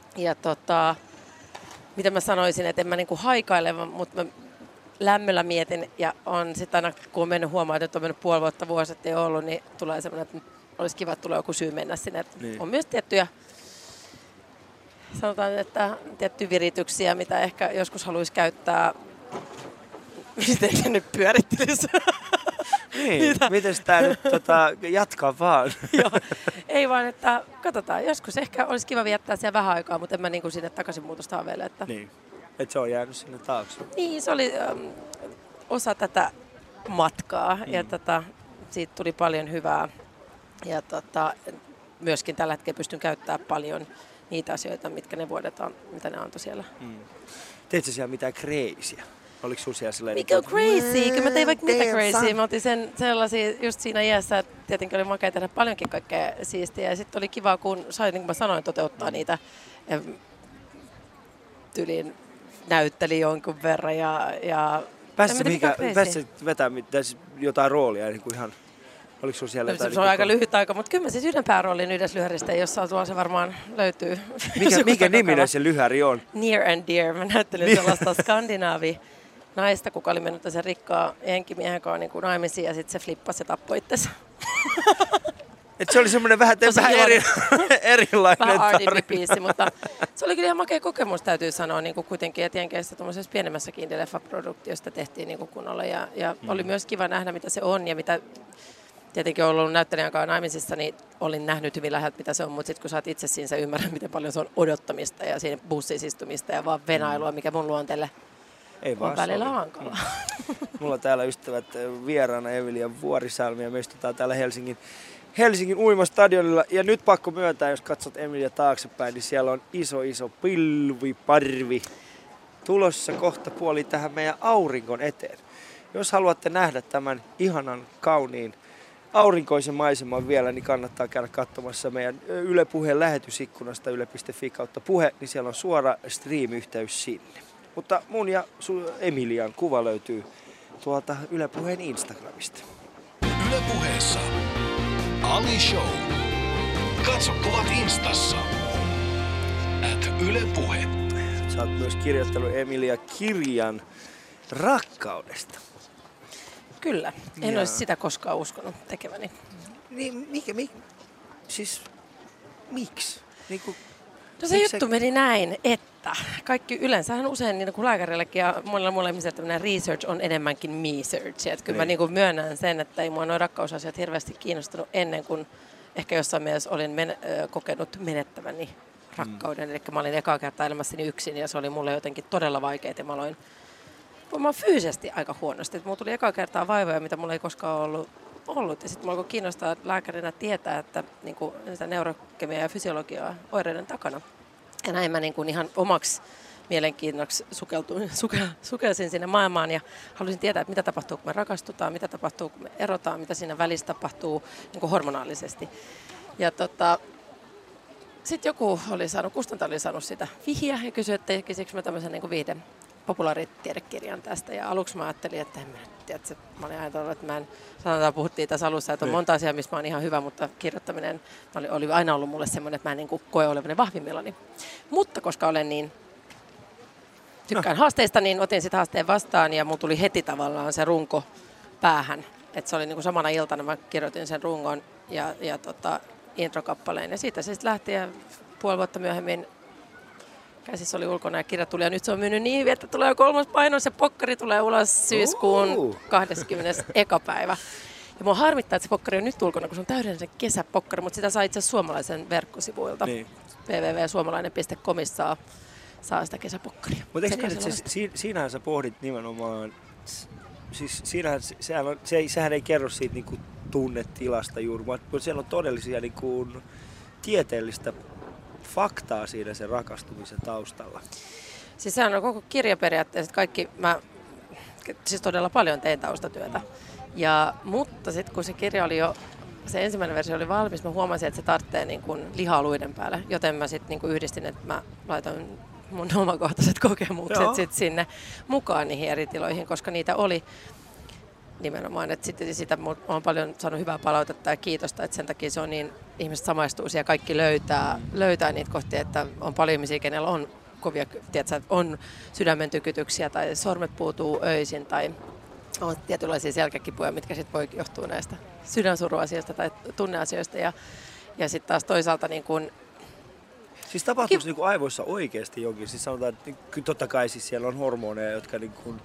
mitä mä sanoisin, että en mä niinku haikaile, mutta mä lämmöllä mietin. Ja on sit aina, kun on mennyt huomaa, että on mennyt puoli vuotta, vuosi ei ollut, niin tulee semmoinen, että olisi kiva, että tulee joku syy mennä sinne. Niin. On myös tiettyjä, sanotaan, että tiettyjä virityksiä, mitä ehkä joskus haluaisi käyttää. Miten se nyt pyörittelisi? Niin, mites tää nyt jatkaa vaan? Joo, ei vaan, että katsotaan, joskus ehkä olisi kiva viettää siellä vähän aikaa, mutta en mä niin kuin sinne takaisin muutosta haaveile. Että... Niin, että se on jäänyt sinne taakse. Niin, se oli osa tätä matkaa ja siitä tuli paljon hyvää. Ja myöskin tällä hetkellä pystyn käyttämään paljon niitä asioita, mitkä ne vuodet on, mitä ne antoi siellä. Teitkö siellä mitään crazyä? Oliko sinulla siellä silleen... Mikä on crazy? Kyllä mä tein vaikka mitä crazy. Mä otin sellaisia just siinä iässä, että tietenkin oli makea tehdä paljonkin kaikkea siistiä. Ja sitten oli kiva, kun sain, niin kuin mä sanoin, toteuttaa niitä. Tyliin näytteli jonkun verran ja pääsitkö vetämään jotain roolia niin kuin ihan... Oliko sinulla siellä jotain... Se on aika lyhyt aika, mutta kyllä mä siis yhden pääroolin yhdessä lyhäristä, jossa tuolla se varmaan löytyy. Mikä niminen se lyhäri on? Near and Dear. Mä näyttelin sellaista skandinaavi naista, kuka oli mennyt sen rikkaa jenkimiehen kanssa niin naimisiin ja sitten se flippasi ja tappoi itsensä. Et se oli semmoinen vähän erilainen vähän arty-biisi, mutta se oli kyllä ihan makea kokemus, täytyy sanoa, niin kuin kuitenkin Jenkeissä tuollaisessa pienemmässäkin indie-leffa-produktiosta tehtiin niin kuin kunnolla. Ja oli myös kiva nähdä, mitä se on ja mitä tietenkin olen ollut näyttelijän kanssa naimisissa, niin olin nähnyt hyvin läheltä, mitä se on, mutta sitten kun sä oot itse siinä, sä ymmärrät, miten paljon se on odottamista ja siinä bussissa istumista ja vaan venailua, mikä mun luonteelle on välillä hankalaa. Mulla on täällä ystävät vieraana Emilia Vuorisalmi ja me istutaan täällä Helsingin uimastadionilla. Ja nyt pakko myöntää, jos katsot Emilia taaksepäin, niin siellä on iso pilviparvi tulossa kohta puoli tähän meidän aurinkon eteen. Jos haluatte nähdä tämän ihanan, kauniin, aurinkoisen maiseman vielä, niin kannattaa käydä katsomassa meidän Yle Puheen lähetysikkunasta yle.fi/puhe, niin siellä on suora stream-yhteys sinne. Mutta mun ja Emilian kuva löytyy tuolta Yle Puheen Instagramista. Yle Puheessa Ali Show. Katso kuvat Instassa. @Yle Puhe. Sä oot myös kirjoittanut Emilia kirjan rakkaudesta. Kyllä, en olisi sitä koskaan uskonut tekeväni. Niin, miksi? No se juttu meni näin, että kaikki yleensähän usein niin kuin lääkärillekin ja monilla muilla ihmisillä tämmöinen research on enemmänkin me-search. Että kyllä mä niin kuin myönnän sen, että ei mua nuo rakkausasiat hirveästi kiinnostunut ennen kuin ehkä jossain mielessä olin kokenut menettäväni rakkauden. Eli mä olin ekaa kertaa elämässäni yksin ja se oli mulle jotenkin todella vaikeaa ja mä aloin fyysisesti aika huonosti. Mulla tuli ekaa kertaa vaivoja, mitä mulla ei koskaan ollut. Ja sitten mulla alkoi kiinnostaa lääkärinä tietää, että niin kuin, sitä neurokemiaa ja fysiologiaa oireiden takana. Ja näin mä niin kuin ihan omaksi mielenkiinnoksi sukelsin sinne maailmaan ja halusin tietää, että mitä tapahtuu, kun me rakastutaan, mitä tapahtuu, kun me erotaan, mitä siinä välissä tapahtuu niin kuin hormonaalisesti. Ja sitten joku kustantaja oli saanut sitä vihjeä ja kysyi, että tekisikö mä tämmöisen niin kuin populaaritiedekirjan tästä. Ja aluksi mä ajattelin, että mä olin ajatellut, että puhuttiin tässä alussa, että on monta asiaa, missä mä oon ihan hyvä, mutta kirjoittaminen oli aina ollut mulle semmoinen, että mä en niin kuin koe olevani vahvimmillani. Mutta koska olen niin tykkään haasteista, niin otin sitten haasteen vastaan ja mulla tuli heti tavallaan se runko päähän. Että se oli niin kuin samana iltana mä kirjoitin sen rungon ja introkappaleen. Ja siitä se sitten lähti ja puoli vuotta myöhemmin käsissä oli ulkona ja kirja tuli ja nyt se on myynyt niin hyvin, että tulee 3. paino. Se pokkari tulee ulos syyskuun 21. päivä. Ja mua harmittaa, että se pokkari on nyt ulkona, kun se on täydellinen kesäpokkari, mutta sitä saa itse asiassa suomalaisen verkkosivuilta. Niin. www.suomalainen.comissa saa sitä kesäpokkaria. Mutta eikö siinähän sä pohdit nimenomaan, siis sehän ei kerro siitä niinku tunnetilasta juuri, vaan siellä on todellisia niinku tieteellistä faktaa siinä sen rakastumisen taustalla. Siis sehän on koko kirja periaatteessa, kaikki, mä siis todella paljon tein taustatyötä. Mutta sitten kun se kirja oli jo, se ensimmäinen versio oli valmis, mä huomasin, että se tarvitsee niin kuin lihaa luiden päälle. Joten mä sitten niin kuin yhdistin, että mä laitoin mun omakohtaiset kokemukset sit sinne mukaan niihin eri tiloihin, koska niitä oli nimenomaan. Että sitten sitä olen paljon saanut hyvää palautetta ja kiitosta, että sen takia se on niin, ihmiset samaistuu ja kaikki löytää niitä kohtia, että on paljon ihmisiä, kenellä on kovia, tiedätkö, on sydämen tykytyksiä tai sormet puutuu öisin tai on tietynlaisia selkäkipuja, mitkä sitten voi johtua näistä sydänsuruasioista tai tunneasioista ja sitten taas toisaalta niin kuin siis tapahtuuko niin aivoissa oikeasti jokin? Siis sanotaan, että totta kai siis siellä on hormoneja, jotka niin kuin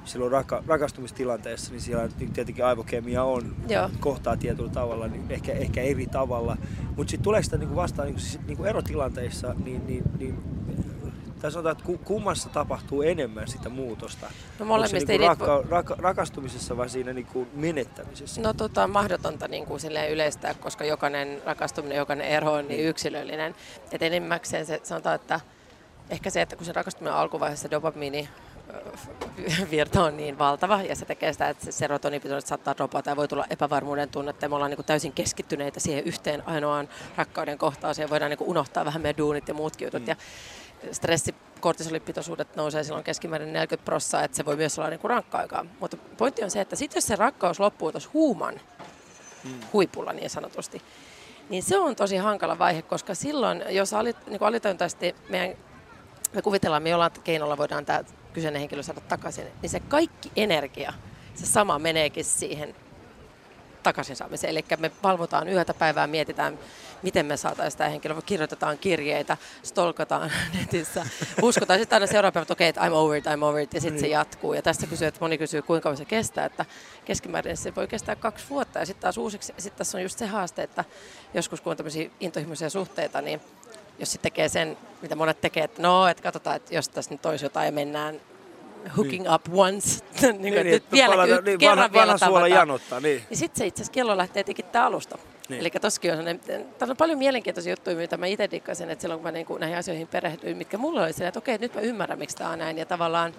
silloin rakastumistilanteessa, niin siellä tietenkin aivokemia on, kohtaa tietyllä tavalla, niin ehkä eri tavalla. Mutta sitten tulee sitä niinku vastaan niinku erotilanteissa, niin tai sanotaan, että kummassa tapahtuu enemmän sitä muutosta? No molemmista niinku rakastumisessa vai siinä niinku menettämisessä? No mahdotonta niinku yleistää, koska jokainen rakastuminen, jokainen ero on niin yksilöllinen. Et enimmäkseen se sanotaan, että ehkä se, että kun se rakastuminen alkuvaiheessa dopamiini virta on niin valtava ja se tekee sitä, että se serotonipitoisuus saattaa dropata ja voi tulla epävarmuuden tunnetta ja me ollaan niin kuin täysin keskittyneitä siihen yhteen ainoaan rakkauden kohtaaseen ja voidaan niin kuin unohtaa vähän meidän duunit ja muutkin jutut. Ja stressikortisolipitoisuudet nousee silloin keskimäärin 40%, että se voi myös olla niin kuin rankka-aikaa. Mutta pointti on se, että sitten jos se rakkaus loppuu tuossa huuman huipulla niin sanotusti, niin se on tosi hankala vaihe, koska silloin, jos niin alitajuntaisesti me kuvitellaan, me jollain keinolla voidaan tämä kyseinen henkilö saada takaisin, niin se kaikki energia, se sama meneekin siihen takaisin saamiseen. Eli me valvotaan yötä päivää, mietitään, miten me saataisiin tämä henkilö, kirjoitetaan kirjeitä, stalkataan netissä, uskotaan sitten aina seuraava päivä, että okei, että I'm over it, ja sitten se jatkuu. Ja tästä kysyy, että moni kysyy, kuinka kauan se kestää, että keskimäärin se voi kestää 2 vuotta, ja sitten taas uusiksi, sitten tässä on just se haaste, että joskus kun on tämmöisiä intohimoisia suhteita, niin jos sitten tekee sen, mitä monet tekee, että että katsotaan, että jos tässä nyt olisi jotain ja mennään hooking up once, nyt kerran vielä tavataan. Niin sitten se itse asiassa kello lähtee tikittämään alusta. Niin. Eli tossakin on paljon mielenkiintoisia juttuja, mitä mä itse dikkasin, että silloin kun mä näihin asioihin perehdyin, mitkä mulla oli se, että okei, nyt mä ymmärrän, miksi tää on näin. Ja tavallaan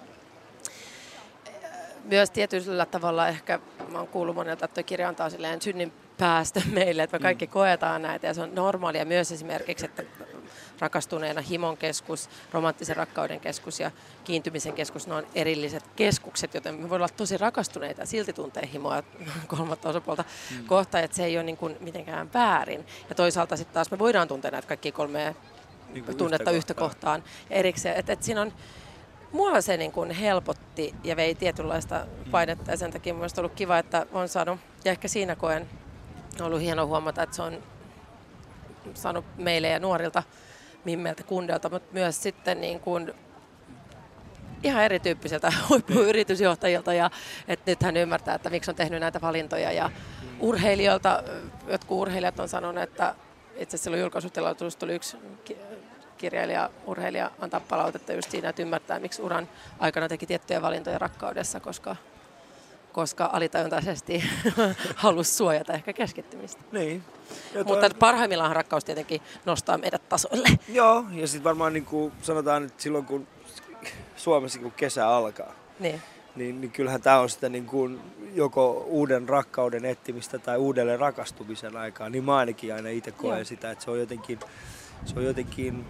myös tietyllä tavalla ehkä, mä oon kuullut monelta, että toi kirja antaa silleen synnin päästö meille, että me kaikki koetaan näitä ja se on normaalia myös esimerkiksi, että rakastuneena himon keskus, romanttisen rakkauden keskus ja kiintymisen keskus, ne on erilliset keskukset, joten me voidaan olla tosi rakastuneita ja silti tuntee himoa kolmatta osapuolta kohtaan, että se ei ole niin kuin mitenkään väärin. Ja toisaalta sitten taas me voidaan tuntea näitä kaikkia 3 niin tunnetta yhtä kohtaan ja erikseen, että siinä on mua se niin kuin helpotti ja vei tietynlaista painetta ja sen takia mun on ollut kiva, että on saanut, ja ehkä siinä koen, on ollut hienoa huomata, että se on saanut meille ja nuorilta mimmeltä kundelta, mutta myös sitten niin kuin ihan erityyppiseltä huippuyritysjohtajilta ja että nyt hän ymmärtää, että miksi on tehnyt näitä valintoja ja urheilijoilta, jotkut urheilijat on sanonut, että itse asiassa silloin julkaisutilaisuudessa tuli yksi kirjailija, urheilija antaa palautetta just siinä, että ymmärtää, miksi uran aikana teki tiettyjä valintoja rakkaudessa, koska alitajuntaisesti halusi suojata ehkä keskittymistä. Niin. Mutta parhaimmillaan rakkaus tietenkin nostaa meidät tasoille. Joo, ja sitten varmaan niin kuin sanotaan, että silloin kun Suomessa kun kesä alkaa, niin kyllähän tämä on sitä niin kuin joko uuden rakkauden etsimistä tai uudelleen rakastumisen aikaa. Niin mä ainakin aina itse koen sitä, että se on jotenkin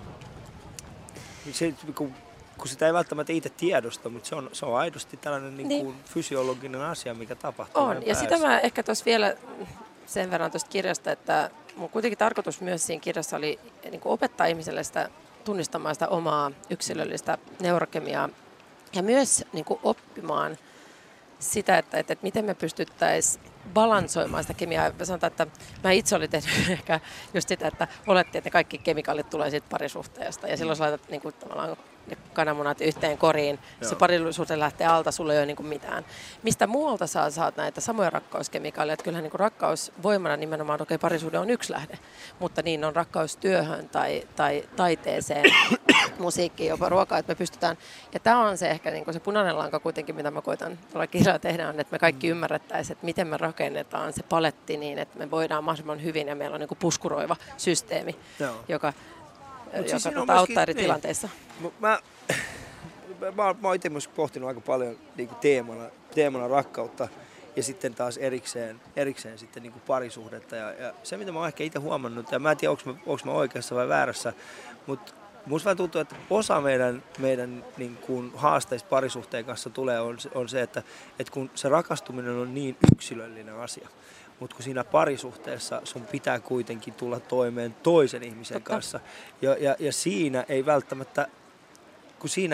se, kun sitä ei välttämättä itse tiedosta, mutta se on aidosti tällainen niin kuin fysiologinen asia, mikä tapahtuu. On, ja sitä mä ehkä tuossa vielä sen verran tuosta kirjasta, että mun kuitenkin tarkoitus myös siinä kirjassa oli niin kuin opettaa ihmiselle sitä tunnistamaan sitä omaa yksilöllistä neurokemiaa ja myös niin kuin oppimaan sitä, että miten me pystyttäisiin balansoimaan sitä kemiaa. Sanotaan, että mä itse olin tehnyt ehkä just sitä, että olettiin, että ne kaikki kemikaalit tulee siitä parisuhteesta. Ja silloin sä laitat niin kuin, tavallaan ne kananmunat yhteen koriin. Se parisuhde lähtee alta, sulla ei ole niin kuin mitään. Mistä muualta saat näitä samoja rakkauskemikaaleja? Että kyllähän niin kuin rakkaus voimana nimenomaan, okei, parisuhde on yksi lähde. Mutta niin on rakkaus työhön tai taiteeseen, musiikkiin, jopa ruokaa, että me pystytään. Ja tämä on se ehkä niin kuin se punainen lanka kuitenkin, mitä mä koitan tuolla kirjalla tehdä, on, että me kaikki ymmärrettäisiin, että miten me rakennetaan se paletti niin, että me voidaan mahdollisimman hyvin ja meillä on niin kuin puskuroiva systeemi, joka auttaa eri tilanteissa. Mä oon itse myös pohtinut aika paljon niin kuin teemana rakkautta ja sitten taas erikseen sitten niin kuin parisuhdetta. Ja se, mitä mä oon ehkä itse huomannut, ja mä en tiedä, onko mä oikeassa vai väärässä, mutta musta vähän tuntuu, että osa meidän niin kuin haasteista parisuhteen kanssa tulee on se, että kun se rakastuminen on niin yksilöllinen asia, mutta kun siinä parisuhteessa sun pitää kuitenkin tulla toimeen toisen ihmisen kanssa. Ja siinä ei välttämättä, kun siinä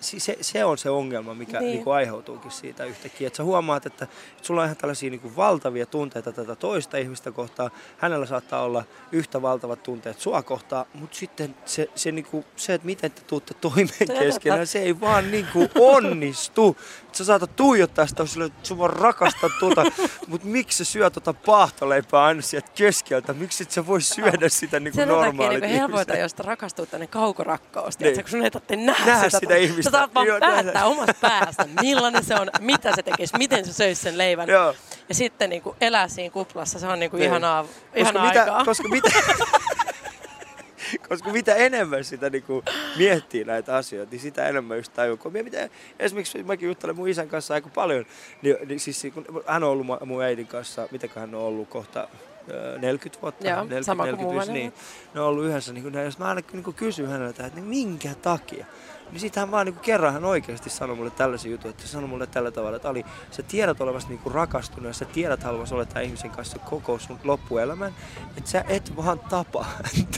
se on se ongelma, mikä niin kuin aiheutuukin siitä yhtäkkiä. Että sä huomaat, että sulla on ihan tällaisia niin kuin valtavia tunteita tätä toista ihmistä kohtaan. Hänellä saattaa olla yhtä valtavat tunteet sua kohtaan, mutta sitten se, että miten te tuutte toimeen keskenään, se ei vaan niin kuin onnistu. Sä saatat tuijottaa sitä silleen, että sä vaan rakastat mutta miksi sä syö paahtoleipää aina sieltä keskeltä? Miksi et sä voi syödä sitä niin kuin normaalit ihmiset? Sen takia helpoita, josta rakastuu tänne kaukorakkaus. Niin. Kun sun ei tarvitse nähdä sitä ihmistä. Sä saat vaan päättää omasta päästä, millainen se on, mitä se tekisi, miten se söisi sen leivän. Joo. Ja sitten niin kuin elää siinä kuplassa, se on niin kuin ihanaa aikaa. Koska mitä enemmän sitä niinku miettii näitä asioita, niin sitä enemmän just tajuu. Esimerkiksi mäkin juttelen mun isän kanssa aika paljon, niin siis kun hän on ollut mun äidin kanssa, mitäkään hän on ollut kohta 40 vuotta. Joo, 40, niin. Ne on ollut yhdessä, niin jos mä aina niin kysyn häneltä, että minkä takia, niin sit hän vaan niin kerran hän oikeasti sanoi mulle tällaisen jutun, että se sanoi mulle tällä tavalla, että Ali, sä tiedät olevasi niin rakastunut ja sä tiedät haluavasi olla tämän ihmisen kanssa koko sun loppuelämän, että sä et vaan tapa häntä.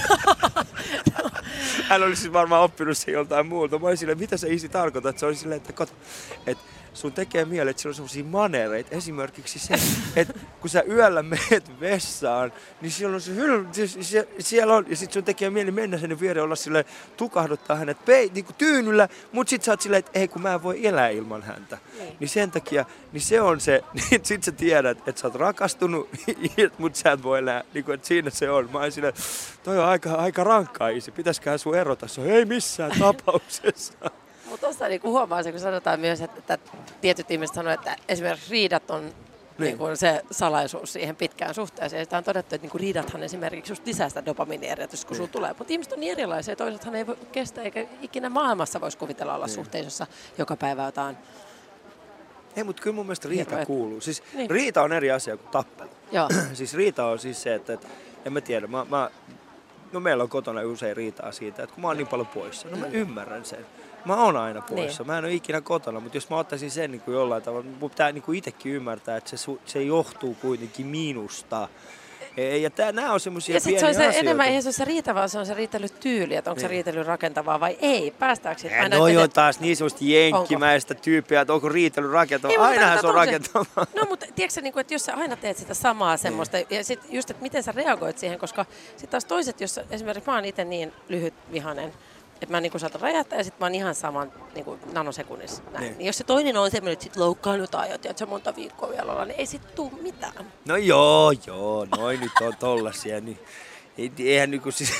Hän oli siis varmaan oppinut se joltain muulta. Mä olin silleen, mitä se isi tarkoittaa, että se oli silleen, että sun tekee mieli, että siellä on sellaisia manereita. Esimerkiksi se, että kun sä yöllä menet vessaan, niin siellä on siellä on, ja sit sun tekee mieli mennä sinne viereen olla silleen, tukahduttaa hänet niinku tyynyllä, mut sit sä oot silleen, että ei kun mä en voi elää ilman häntä. Niin sen takia, niin se on se, niin sit sä tiedät, että sä oot rakastunut, mut sä et voi elää, niinku että siinä se on. Mä oon silleen, toi on aika rankkaa isi, pitäisköhän sun erota, se on, ei missään tapauksessa. Mutta tuossa niin huomaa se, kun sanotaan myös, että tietyt ihmiset sanoo, että esimerkiksi riidat on niin kuin se salaisuus siihen pitkään suhteeseen. Sitä on todettu, että niin kuin riidathan esimerkiksi just lisää sitä dopamiinierätystä, kun sulla tulee. Mutta ihmiset on niin erilaisia. Toisethan ei voi kestä, eikä ikinä maailmassa voisi kuvitella olla suhteessa, jossa joka päivä jotain. Ei, mutta kyllä mun mielestä riita kuuluu. Siis riita on eri asia kuin tappelu. Joo. Siis riita on siis se, että en mä tiedä, no meillä on kotona usein riitaa siitä, että kun mä oon niin paljon poissa, no mä ymmärrän sen. Mä oon aina poissa. Mä en ole ikinä kotona, mutta jos mä ottaisin sen niin kuin jollain tavalla, mun pitää niin kuin itsekin ymmärtää, että se johtuu kuitenkin minusta. Ja nämä on semmoisia pieniä asioita. Ja sitten se on enemmän, eihän se ole se riita, vaan se on se riitelytyyli, että onko se riitely rakentavaa vai ei. Päästäänkö siitä aina? No joo, taas niin semmoista jenkkimäistä tyyppiä, että onko riitely rakentavaa. Ainahan se on rakentavaa. No mutta tiedätkö, että jos sä aina teet sitä samaa semmoista, ja sitten just, että miten sä reagoit siihen, koska sitten taas toiset, jos esimerkiksi mä oon itse niin lyhytvihainen, että mä niin saatan räjähtää ja sitten mä oon ihan saman niin nanosekunnissa näin. Niin jos se toinen on semmoinen, että sit loukkaannut ajat ja että se monta viikkoa vielä olla, niin ei sit tuu mitään. No joo, noin nyt on tollasia, niin eihän niinku siis...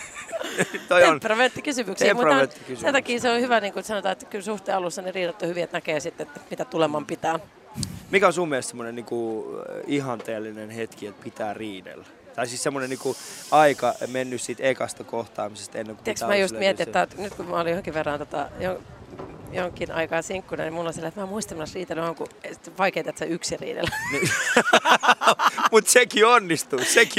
Temperamenttikysymyksiä, mutta sen takia se on hyvä, niin kuin sanotaan, että kyllä suhteen alussa ne riidat on hyviä, että näkee sitten, että mitä tuleman pitää. Mikä on sun mielestä semmoinen niinku ihanteellinen hetki, että pitää riidellä? Tai siis semmoinen niinku aika mennyt siitä ekasta kohtaamisesta ennen kuin pitää. Mä just mietin, että nyt kun mä olin johonkin verran jonkin aikaa sinkkuna, niin mulla on sillä, että mä muistan, että riitely on vaikeaa, että sä yksin riidellä. Mutta sekin onnistuu,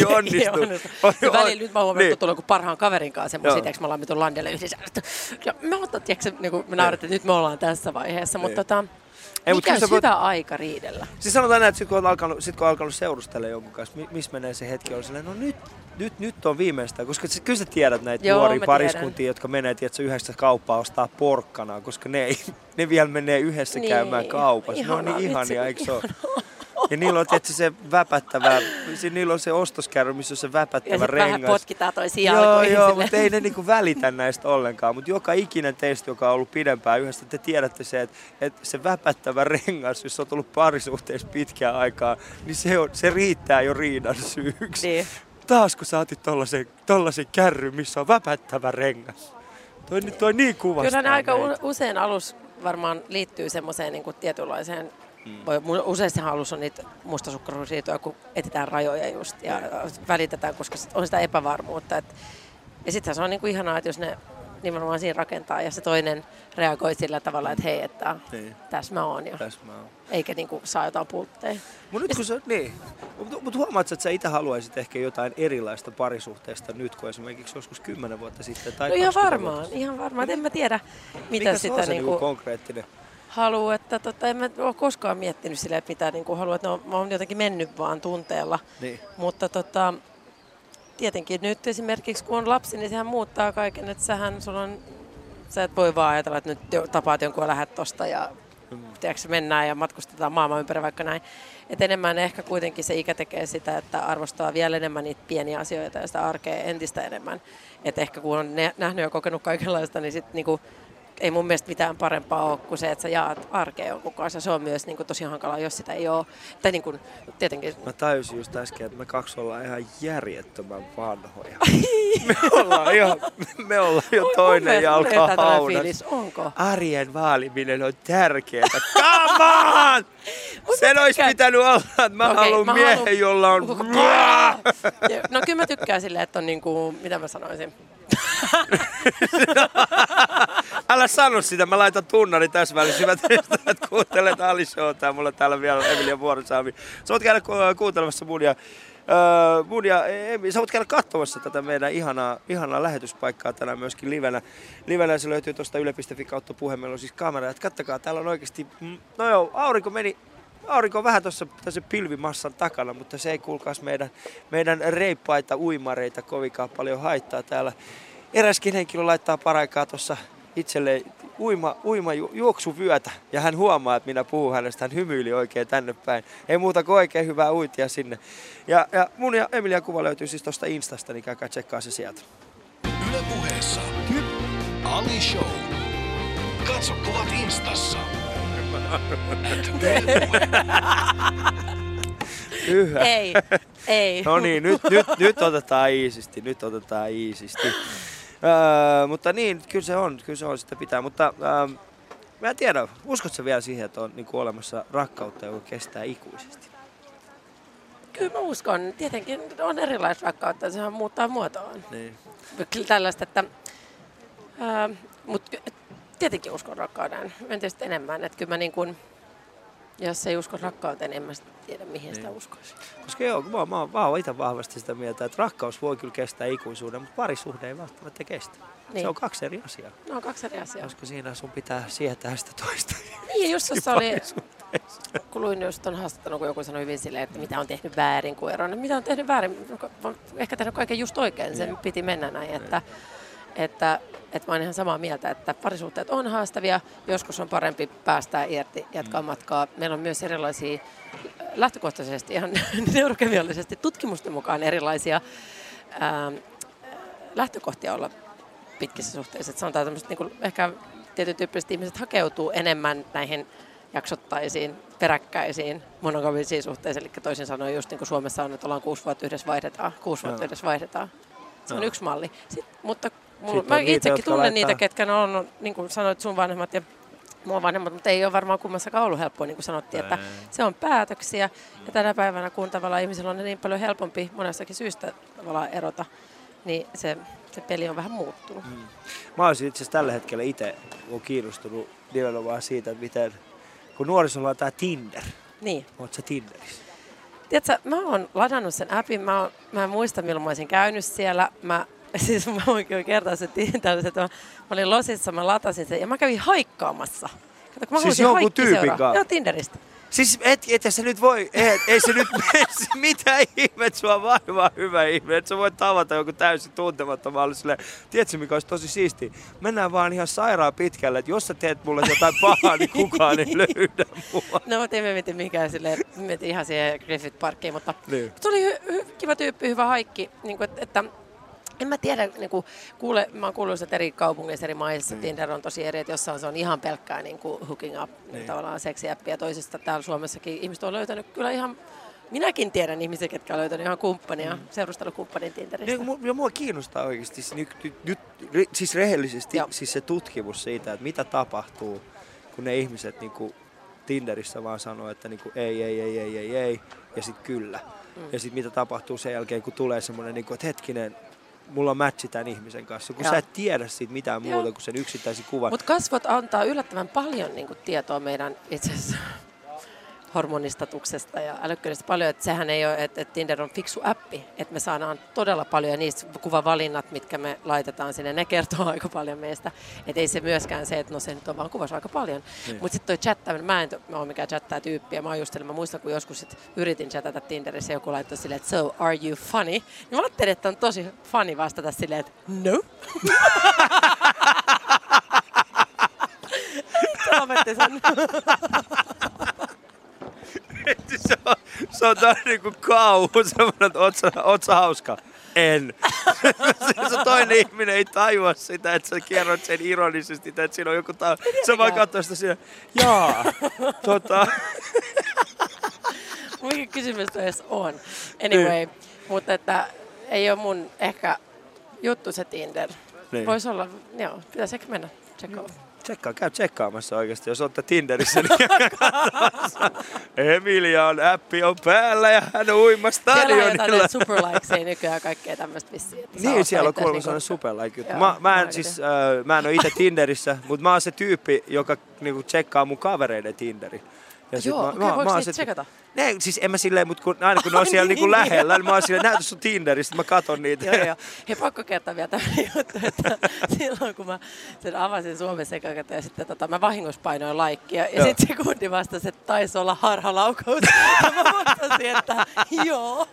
Välillä nyt mä huomioon, että tulee parhaan kaverin kanssa, semmoisia, me ollaan nyt landelle yhdessä. Ja mä otan, me naurattiin, että nyt me ollaan tässä vaiheessa, mutta mikä olisi hyvä aika riidellä? Siis sanotaan näin, että sit kun on alkanut seurustella jonkun kanssa, missä menee se hetki, on silleen, no nyt on viimeistään, koska kyllä sä tiedät näitä nuoria pariskuntia, jotka menee yhdessä kauppaan ostaa porkkanaa, koska ne vielä menee yhdessä käymään kaupassa. Ne on niin ihania, eikö se ole? Ja niillä on tietysti se väpättävä, niillä on se ostoskärry, missä on se väpättävä rengas. Ja vähän potkitaan toisiin jalkoihin. Joo, mutta ei ne niinku välitä näistä ollenkaan. Mutta joka ikinen teistä, joka on ollut pidempään yhdessä, te tiedätte se, että se väpättävä rengas, jos on tullut parisuhteessa pitkään aikaa, niin se riittää jo riidan syyksi. Niin. Taas kun sä otit tollasen kärryn, missä on väpättävä rengas. Toi niin kuvastaa. Kyllä ne aika usein alus varmaan liittyy semmoiseen niin kuin tietynlaiseen. Useissahan alussa on niitä mustasukkaisuusriitoja, kun etsitään rajoja just ja välitetään, koska on sitä epävarmuutta. Ja sittenhän se on niinku ihanaa, että jos ne nimenomaan siinä rakentaa ja se toinen reagoi sillä tavalla, että hei, että tässä mä oon. Eikä niinku saa jotain pultteja. Mutta huomaatko, että sä itse haluaisit ehkä jotain erilaista parisuhteesta nyt kuin esimerkiksi joskus 10 vuotta sitten tai no ihan varmaan. En mä tiedä, mitä sitä on se niinku konkreettinen? Haluu, että en mä ole koskaan miettinyt silleen, että mitä niin haluaa, että mä oon jotenkin mennyt vaan tunteella. Niin. Mutta tietenkin nyt esimerkiksi kun on lapsi, niin sehän muuttaa kaiken, että sulla on Sä et voi vaan ajatella, että nyt tapaat jonkun ja lähdet tosta ja tiedätkö, mennään ja matkustetaan maailman ympäri vaikka näin. Et enemmän ehkä kuitenkin se ikä tekee sitä, että arvostaa vielä enemmän niitä pieniä asioita ja sitä arkea entistä enemmän. Et ehkä kun on nähnyt ja kokenut kaikenlaista, niin sit niinku, ei mun mielestä mitään parempaa ole kuin se, että sä jaat arkea jonkun kanssa. Se on myös niinku tosi hankalaa, jos sitä ei ole. Tai niinku, tietenkin. Mä tajusin just äsken, että me kaksi ollaan ihan järjettömän vanhoja. Me ollaan jo toinen jalka haudassa. Arjen vaaliminen on tärkeää. Come on! Sen olisi pitänyt olla, että mä haluan miehen, jolla on... No kyllä mä tykkään silleen, että on niinku, mitä mä sanoisin? Älä sano sitä, mä laitan tunnari tässä välissä. Hyvät ystävät, kuuntelet Ali Showta. Mulla on täällä vielä Emilia Vuorisalmi. Sä voit käydä kuuntelemassa mun ja Emi. Sä voit käydä katsomassa tätä meidän ihanaa lähetyspaikkaa tänään myöskin livenä. Se löytyy tuosta yle.fi kautta puhe. Meillä on siis kamera. Et kattokaa, täällä on oikeasti... No joo, aurinko on vähän tuossa pilvimassan takana, mutta se ei kuulkaas meidän reippaita uimareita kovinkaan paljon haittaa täällä. Eräskin henkilö laittaa paraikaa tuossa itselleen juoksuvyötä ja hän huomaa, että minä puhun hänestä. Hän hymyili oikein tänne päin. Ei muuta kuin oikein hyvää uintia sinne. Ja mun ja Emilian kuva löytyy siis tuosta Instasta, niin käykää tsekkaa se sieltä. Yle Puheessa Ali Show. Katso kuvat Instassa. Ei. No niin, nyt otetaan iisisti. Mutta niin, kyllä se on, sitä pitää. Mutta mä en tiedä, uskotko vielä siihen, että on niin kuin olemassa rakkautta, joka kestää ikuisesti? Kyllä mä uskon. Tietenkin on erilaista rakkautta, sehän muuttaa muotoaan. Niin. Kyllä tällaista, että... Mutta tietenkin uskon rakkauden. En tietysti enemmän, että kyllä mä niin kuin... Jos ei usko rakkauteen, en mä tiedä mihin sitä uskoisi. Koska joo, mä oon itse vahvasti sitä mieltä, että rakkaus voi kyllä kestää ikuisuuden, mutta parisuhde ei välttämättä kestä. Niin. Se on kaksi eri asiaa. No on kaksi eri asiaa. Koska siinä sun pitää sietää sitä toista. Niin, just tuossa oli, kun luin just ton haastattelun, kun joku sanoi hyvin silleen, että mitä on tehnyt väärin, kun eroon. Mitä on tehnyt väärin? Olen ehkä tehnyt kaiken just oikein, sen piti mennä näin, että mä oon ihan samaa mieltä, että parisuhteet on haastavia, joskus on parempi päästää irti, jatkaa matkaa. Meillä on myös erilaisia, lähtökohtaisesti ihan neurokemiallisesti tutkimusten mukaan erilaisia lähtökohtia olla pitkissä suhteissa. Että sanotaan tämmöiset, niin kuin ehkä tietyn tyyppiset ihmiset hakeutuu enemmän näihin jaksottaisiin, peräkkäisiin, monogamisiin suhteisiin. Eli toisin sanoen just niin kuin Suomessa on, että ollaan 6 vuotta yhdessä vaihdetaan. Se on yksi malli. Mutta mä itsekin tunnen niitä, ketkä on, niin kuin sanoit, sun vanhemmat ja mun vanhemmat, mutta ei ole varmaan kummassakaan ollut helppoa, niin kuin sanottiin, että se on päätöksiä. Ja tänä päivänä, kun tavallaan ihmisillä on niin paljon helpompi monestakin syystä tavallaan erota, niin se peli on vähän muuttunut. Mä olisin itse asiassa tällä hetkellä itse kiinnostunut nimenomaan siitä, että miten, kun nuorisolla on tää Tinder. Niin. Oot sä Tinderissä? Tiedätkö, mä oon ladannut sen appin, mä en muista milloin mä olisin käynyt siellä. Mä voin kyllä kertoa sen Tinderissa, että mä olin losissa, mä latasin sen ja mä kävin haikkaamassa. Kato, kun mä siis jonkun tyypin kanssa? Joo, Tinderistä. Siis et se nyt voi, ei se nyt mitä ihmet sua vaivaa, hyvä ihme, että sä voit tavata joku täysin tuntemattomalle silleen, tiedätkö mikä olisi tosi siistiä, mennään vaan ihan sairaan pitkälle, että jos sä teet mulle jotain pahaa, niin kukaan ei löydä mua. No mä tiedän, mietin mikään silleen, mietin ihan siihen Griffith Parkiin, mutta se oli kiva tyyppi, hyvä haikki, niin kuin, että en mä tiedä, niin mä oon kuullut, että eri kaupungeissa, eri maissa Tinder on tosi eri, että jossain se on ihan pelkkää niin kuin hooking up, niin tavallaan seksiäppiä, ja toisista täällä Suomessakin ihmiset on löytänyt kyllä ihan, minäkin tiedän ihmisiä, ketkä on löytänyt ihan kumppania, seurustelukumppanin Tinderistä. Ja mua kiinnostaa oikeasti nyt siis rehellisesti siis se tutkimus siitä, että mitä tapahtuu, kun ne ihmiset niin kuin Tinderissä vaan sanoo, että niin kuin ei, ja sitten kyllä. Ja sitten mitä tapahtuu sen jälkeen, kun tulee semmoinen, niin kuin, että hetkinen, mulla on matchi tämän ihmisen kanssa, kun sä et tiedä siitä mitään muuta kuin sen yksittäisen kuvan. Mutta kasvot antaa yllättävän paljon niin kuin tietoa meidän itse asiassa hormonistatuksesta ja älykkyydestä paljon, että sehän ei ole, että Tinder on fiksu appi, että me saadaan todella paljon ja niistä kuvavalinnat, mitkä me laitetaan sinne, ne kertoo aika paljon meistä. Että ei se myöskään se, että no se nyt on vaan kuvassa aika paljon. Mutta sitten toi chattaaminen, mä en ole mikään chattaa tyyppiä, mä muistan, kun joskus yritin chatata Tinderissä, joku laittoi silleen, että so are you funny? Niin mä ajattelin, että on tosi funny vastata silleen, että no. lopetti sen. Se on tää niinku kauhu, semmonen, että oot sä hauska? En. Se toinen ihminen ei tajua sitä, että sä kerrot sen ironisesti, että siinä on joku se vaan katsoo sitä siinä, Mikä kysymys edes on? Anyway, mutta että ei ole mun ehkä juttu se Tinder. Niin. Voisi olla, joo, pitäisi ehkä mennä tsekkaan. Käy tsekkaamassa oikeasti, jos olette Tinderissä, niin katsomassa. Emilia on appi on päällä ja hän uima stadionilla. Siellä on jotain superlikesia nykyään kaikkea tämmöistä vissiin. Niin, siellä on kuulemma sellainen superlike. Mä en ole itse Tinderissä, mutta mä oon se tyyppi, joka niinku tsekkaa mun kavereiden Tinderi. Ja joo, voiko niitä tsekata? Ne, siis en mä silleen, mutta aina kun ne on siellä niinku lähellä, niin mä oon silleen, näytä sun Tinderistä, mä katon niitä. Joo. Hei, pakko kertoa vielä tämmöinen juttu, että silloin kun mä sen avasin Suomessa ja sitten mä vahingossa painoin laikkia ja sitten sekundi vastasi, että taisi olla harhalaukaus. Ja mä vastasin, että joo.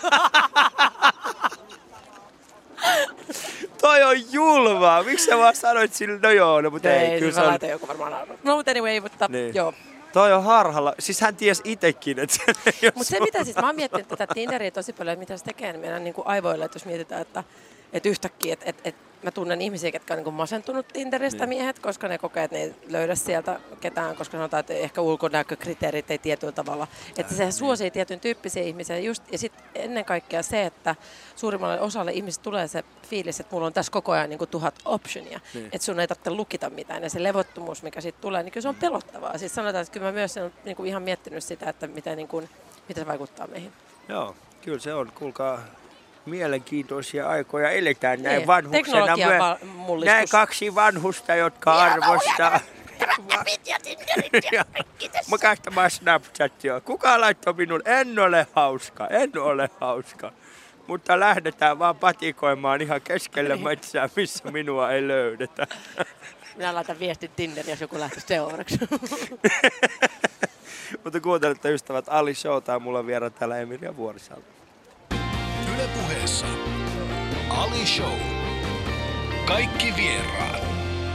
Toi on julmaa. Miksi sä vaan sanoit sille, no joo, no mutta ei. Kyllä mä laitan joku varmaan arvoa. No mutta anyway, mutta niin. Joo. Toi on harhalla. Siis hän tiesi itekin, että se ei ole. Mutta se mitä siis, mä oon miettinyt tätä Tinderiä tosi paljon, että mitä se tekee meidän niin kuin aivoilla, että jos mietitään, että yhtäkkiä, että mä tunnen ihmisiä, jotka on niin kuin masentunut Tinderistä miehet, koska ne kokee, että ne ei löydä sieltä ketään, koska sanotaan, että ehkä ulkonäkökriteerit ei tietyllä tavalla. Että se suosii tietyn tyyppisiä ihmisiä just, ja sitten ennen kaikkea se, että suurimmalle osalle ihmisistä tulee se fiilis, että mulla on tässä koko ajan niin kuin 1000 optionia, että sun ei tarvitse lukita mitään, ja se levottomuus, mikä siitä tulee, niin kyllä se on pelottavaa. Siis sanotaan, että kyllä mä myös olen niin kuin ihan miettinyt sitä, että mitä se vaikuttaa meihin. Joo, kyllä se on, kuulkaa. Mielenkiintoisia aikoja eletään näin vanhuksena. Teknologia Näin kaksi vanhusta, jotka arvostaa. Mä katsomaan Snapchatia. Kuka laittoi minun? En ole hauska. Mutta lähdetään vaan patikoimaan ihan keskelle metsää, missä minua ei löydetä. Minä laitan viestin Tinder, jos joku lähtee seuraavaksi. Mutta kuuntelette ystävät, Ali Show, tää mulla on vieraan täällä Emilia Vuorisalta. Yle Puheessa Ali Show. Kaikki vieraat.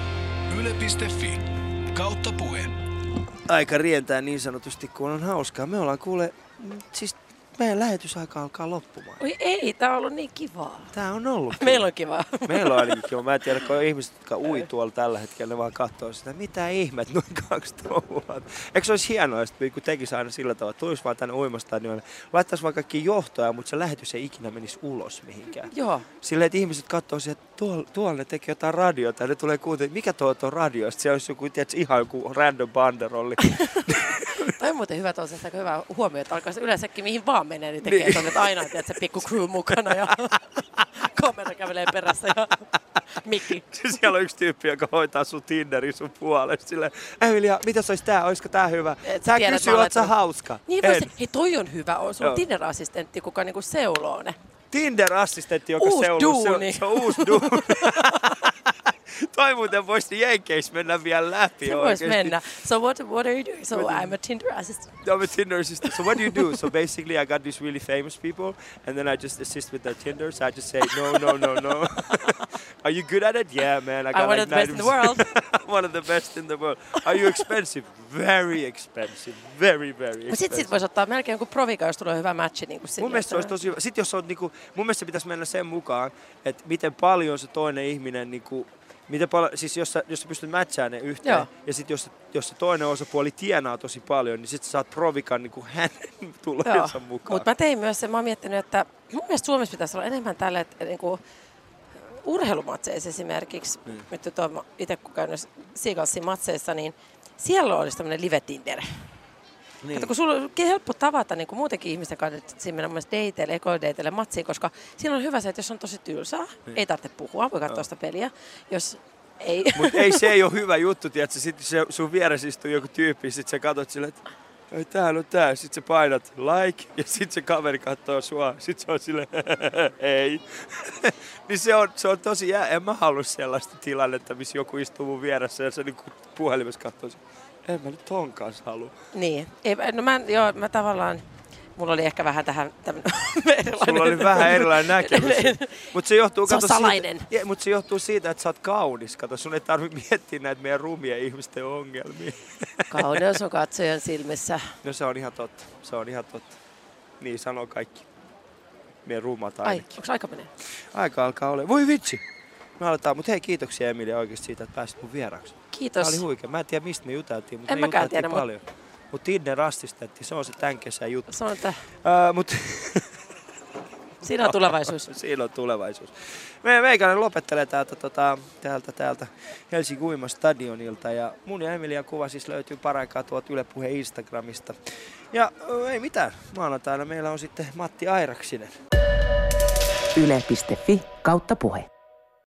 Yle.fi/puhe. Aika rientää niin sanotusti, kun on hauskaa. Me ollaan siis meidän lähetysaika alkaa loppumaan. Oi ei, tää on ollut niin kivaa. Tää on ollut kivaa. Meillä on kivaa. Meillä on ainakin kivaa. Mä en tiedä, kun on ihmiset, jotka ui tuolla tällä hetkellä, ne vaan katsoo sitä. Mitä ihmet, noin 2 touhua. Eikö se olisi hienoa, kun tekisi aina sillä tavalla, että tulisi vaan tänne uimastadionille, laittaisi vaan kaikki johtoja, mutta se lähetys ei ikinä menisi ulos mihinkään. Joo. Silleen, että ihmiset katsoo siihen, että tuolla ne tekee jotain radiota ja ne tulee kuuntelemaan, mikä tuo on radio. Sitten se olisi joku, tiedätkö, ihan joku random banderolli. Toi on muuten hyvä, tosiaan aika hyvä huomio, että alkaa yleensäkin mihin vaan menee, niin tekee tuonne, että aina tiedät, se pikku crew mukana ja kamera kävelee perässä ja mikki. Siellä on yksi tyyppi, joka hoitaa sun Tinderin sun puolesta. Silleen, Emilia, mitäs olisi tää? Olisiko tää hyvä? Tää kysyy, oot sä hauska? Niin, hei, toi on hyvä. Sulla on Tinder-assistentti, kuka niinku seuloo ne. Tinder-assistentti, joka seuloo. Se on uusi duuni. Toi muuten voisi Jenkeissä mennä vielä läpi. Se voisi mennä. So what are you doing? So I'm a Tinder assistant. I'm a Tinder assistant. So what do you do? So basically I got these really famous people and then I just assist with their Tinder. So I just say, no. Are you good at it? Yeah, man. I'm one of the best in the world. One of the best in the world. Are you expensive? Very expensive. Very expensive. Mutta sit voisi ottaa melkein joku provika, jos tulee hyvä matchi. Niin mun mielestä se olisi tosi hyvä. Sitten jos on, niin kuin, mun mielestä se pitäisi mennä sen mukaan, että miten paljon se toinen ihminen niin kuin, miten paljon, siis jos sä pystyt matchaamaan ne yhteen, joo. Ja sitten jos se toinen osapuoli tienaa tosi paljon, niin sitten sä saat provikan niin kuin hänen tulojensa mukaan. Mutta mä tein myös sen, mä oon miettinyt, että mun mielestä Suomessa pitäisi olla enemmän tällä, että niin kuin urheilumatseissa esimerkiksi, nyt itse kun käyn Seagalsin matseissa, niin siellä olisi tämmöinen live-Tinder. Niin. Kato, kun sulla on helppo tavata niin kuin muutenkin ihmisten kanssa, että siinä mennään myös dateille, ekodateille, matsiin, koska siinä on hyvä se, että jos on tosi tylsää, ei tarvitse puhua, voi katsoa sitä peliä. Jos ei. Mutta se ei ole hyvä juttu, tiedätkö? Sitten sun vieressä istuu joku tyyppi, sitten sä katsot silleen, että ei, täällä on tää. Sitten sä painat like ja sitten se kaveri katsoo sua. Sitten se on silleen, ei. Niin se on tosi en mä halua sellaista tilannetta, missä joku istuu mun vieressä ja se niin puhelimessa katsoo. En mä nyt ton kanssa halua. Niin. No mä tavallaan mulla oli ehkä vähän tähän Sulla oli vähän erilainen näkemys. Mutta se johtuu, se on salainen. Mutta se johtuu siitä, että sä oot kaunis. Kato, sun ei tarvitse miettiä näitä meidän rumia ihmisten ongelmia. Kauneus on katsojan silmissä. No se on ihan totta. Se on ihan totta. Niin sanoo kaikki. Meidän ruumat ainakin. Ai, onko aika menee? Aika alkaa olla. Voi vitsi! Me aletaan, mutta hei, kiitoksia Emilia oikeasti siitä, että pääsit mun vieraaksi. Kiitos. Tämä oli huikea. Mä en tiedä, mistä me juteltiin, mutta En me mäkään juteltiin tiedä, paljon. Mutta Tinder rastistettiin, se on se tämän kesän juttu. Se on, että Mut siinä on tulevaisuus. Siinä on tulevaisuus. Meikäläinen lopettelee täältä Helsingin Uimastadionilta ja mun ja Emilian kuva siis löytyy paraikaa tuolta Yle Puheen Instagramista. Ja ei mitään, maanantaina meillä on sitten Matti Airaksinen. Yle.fi/puhe.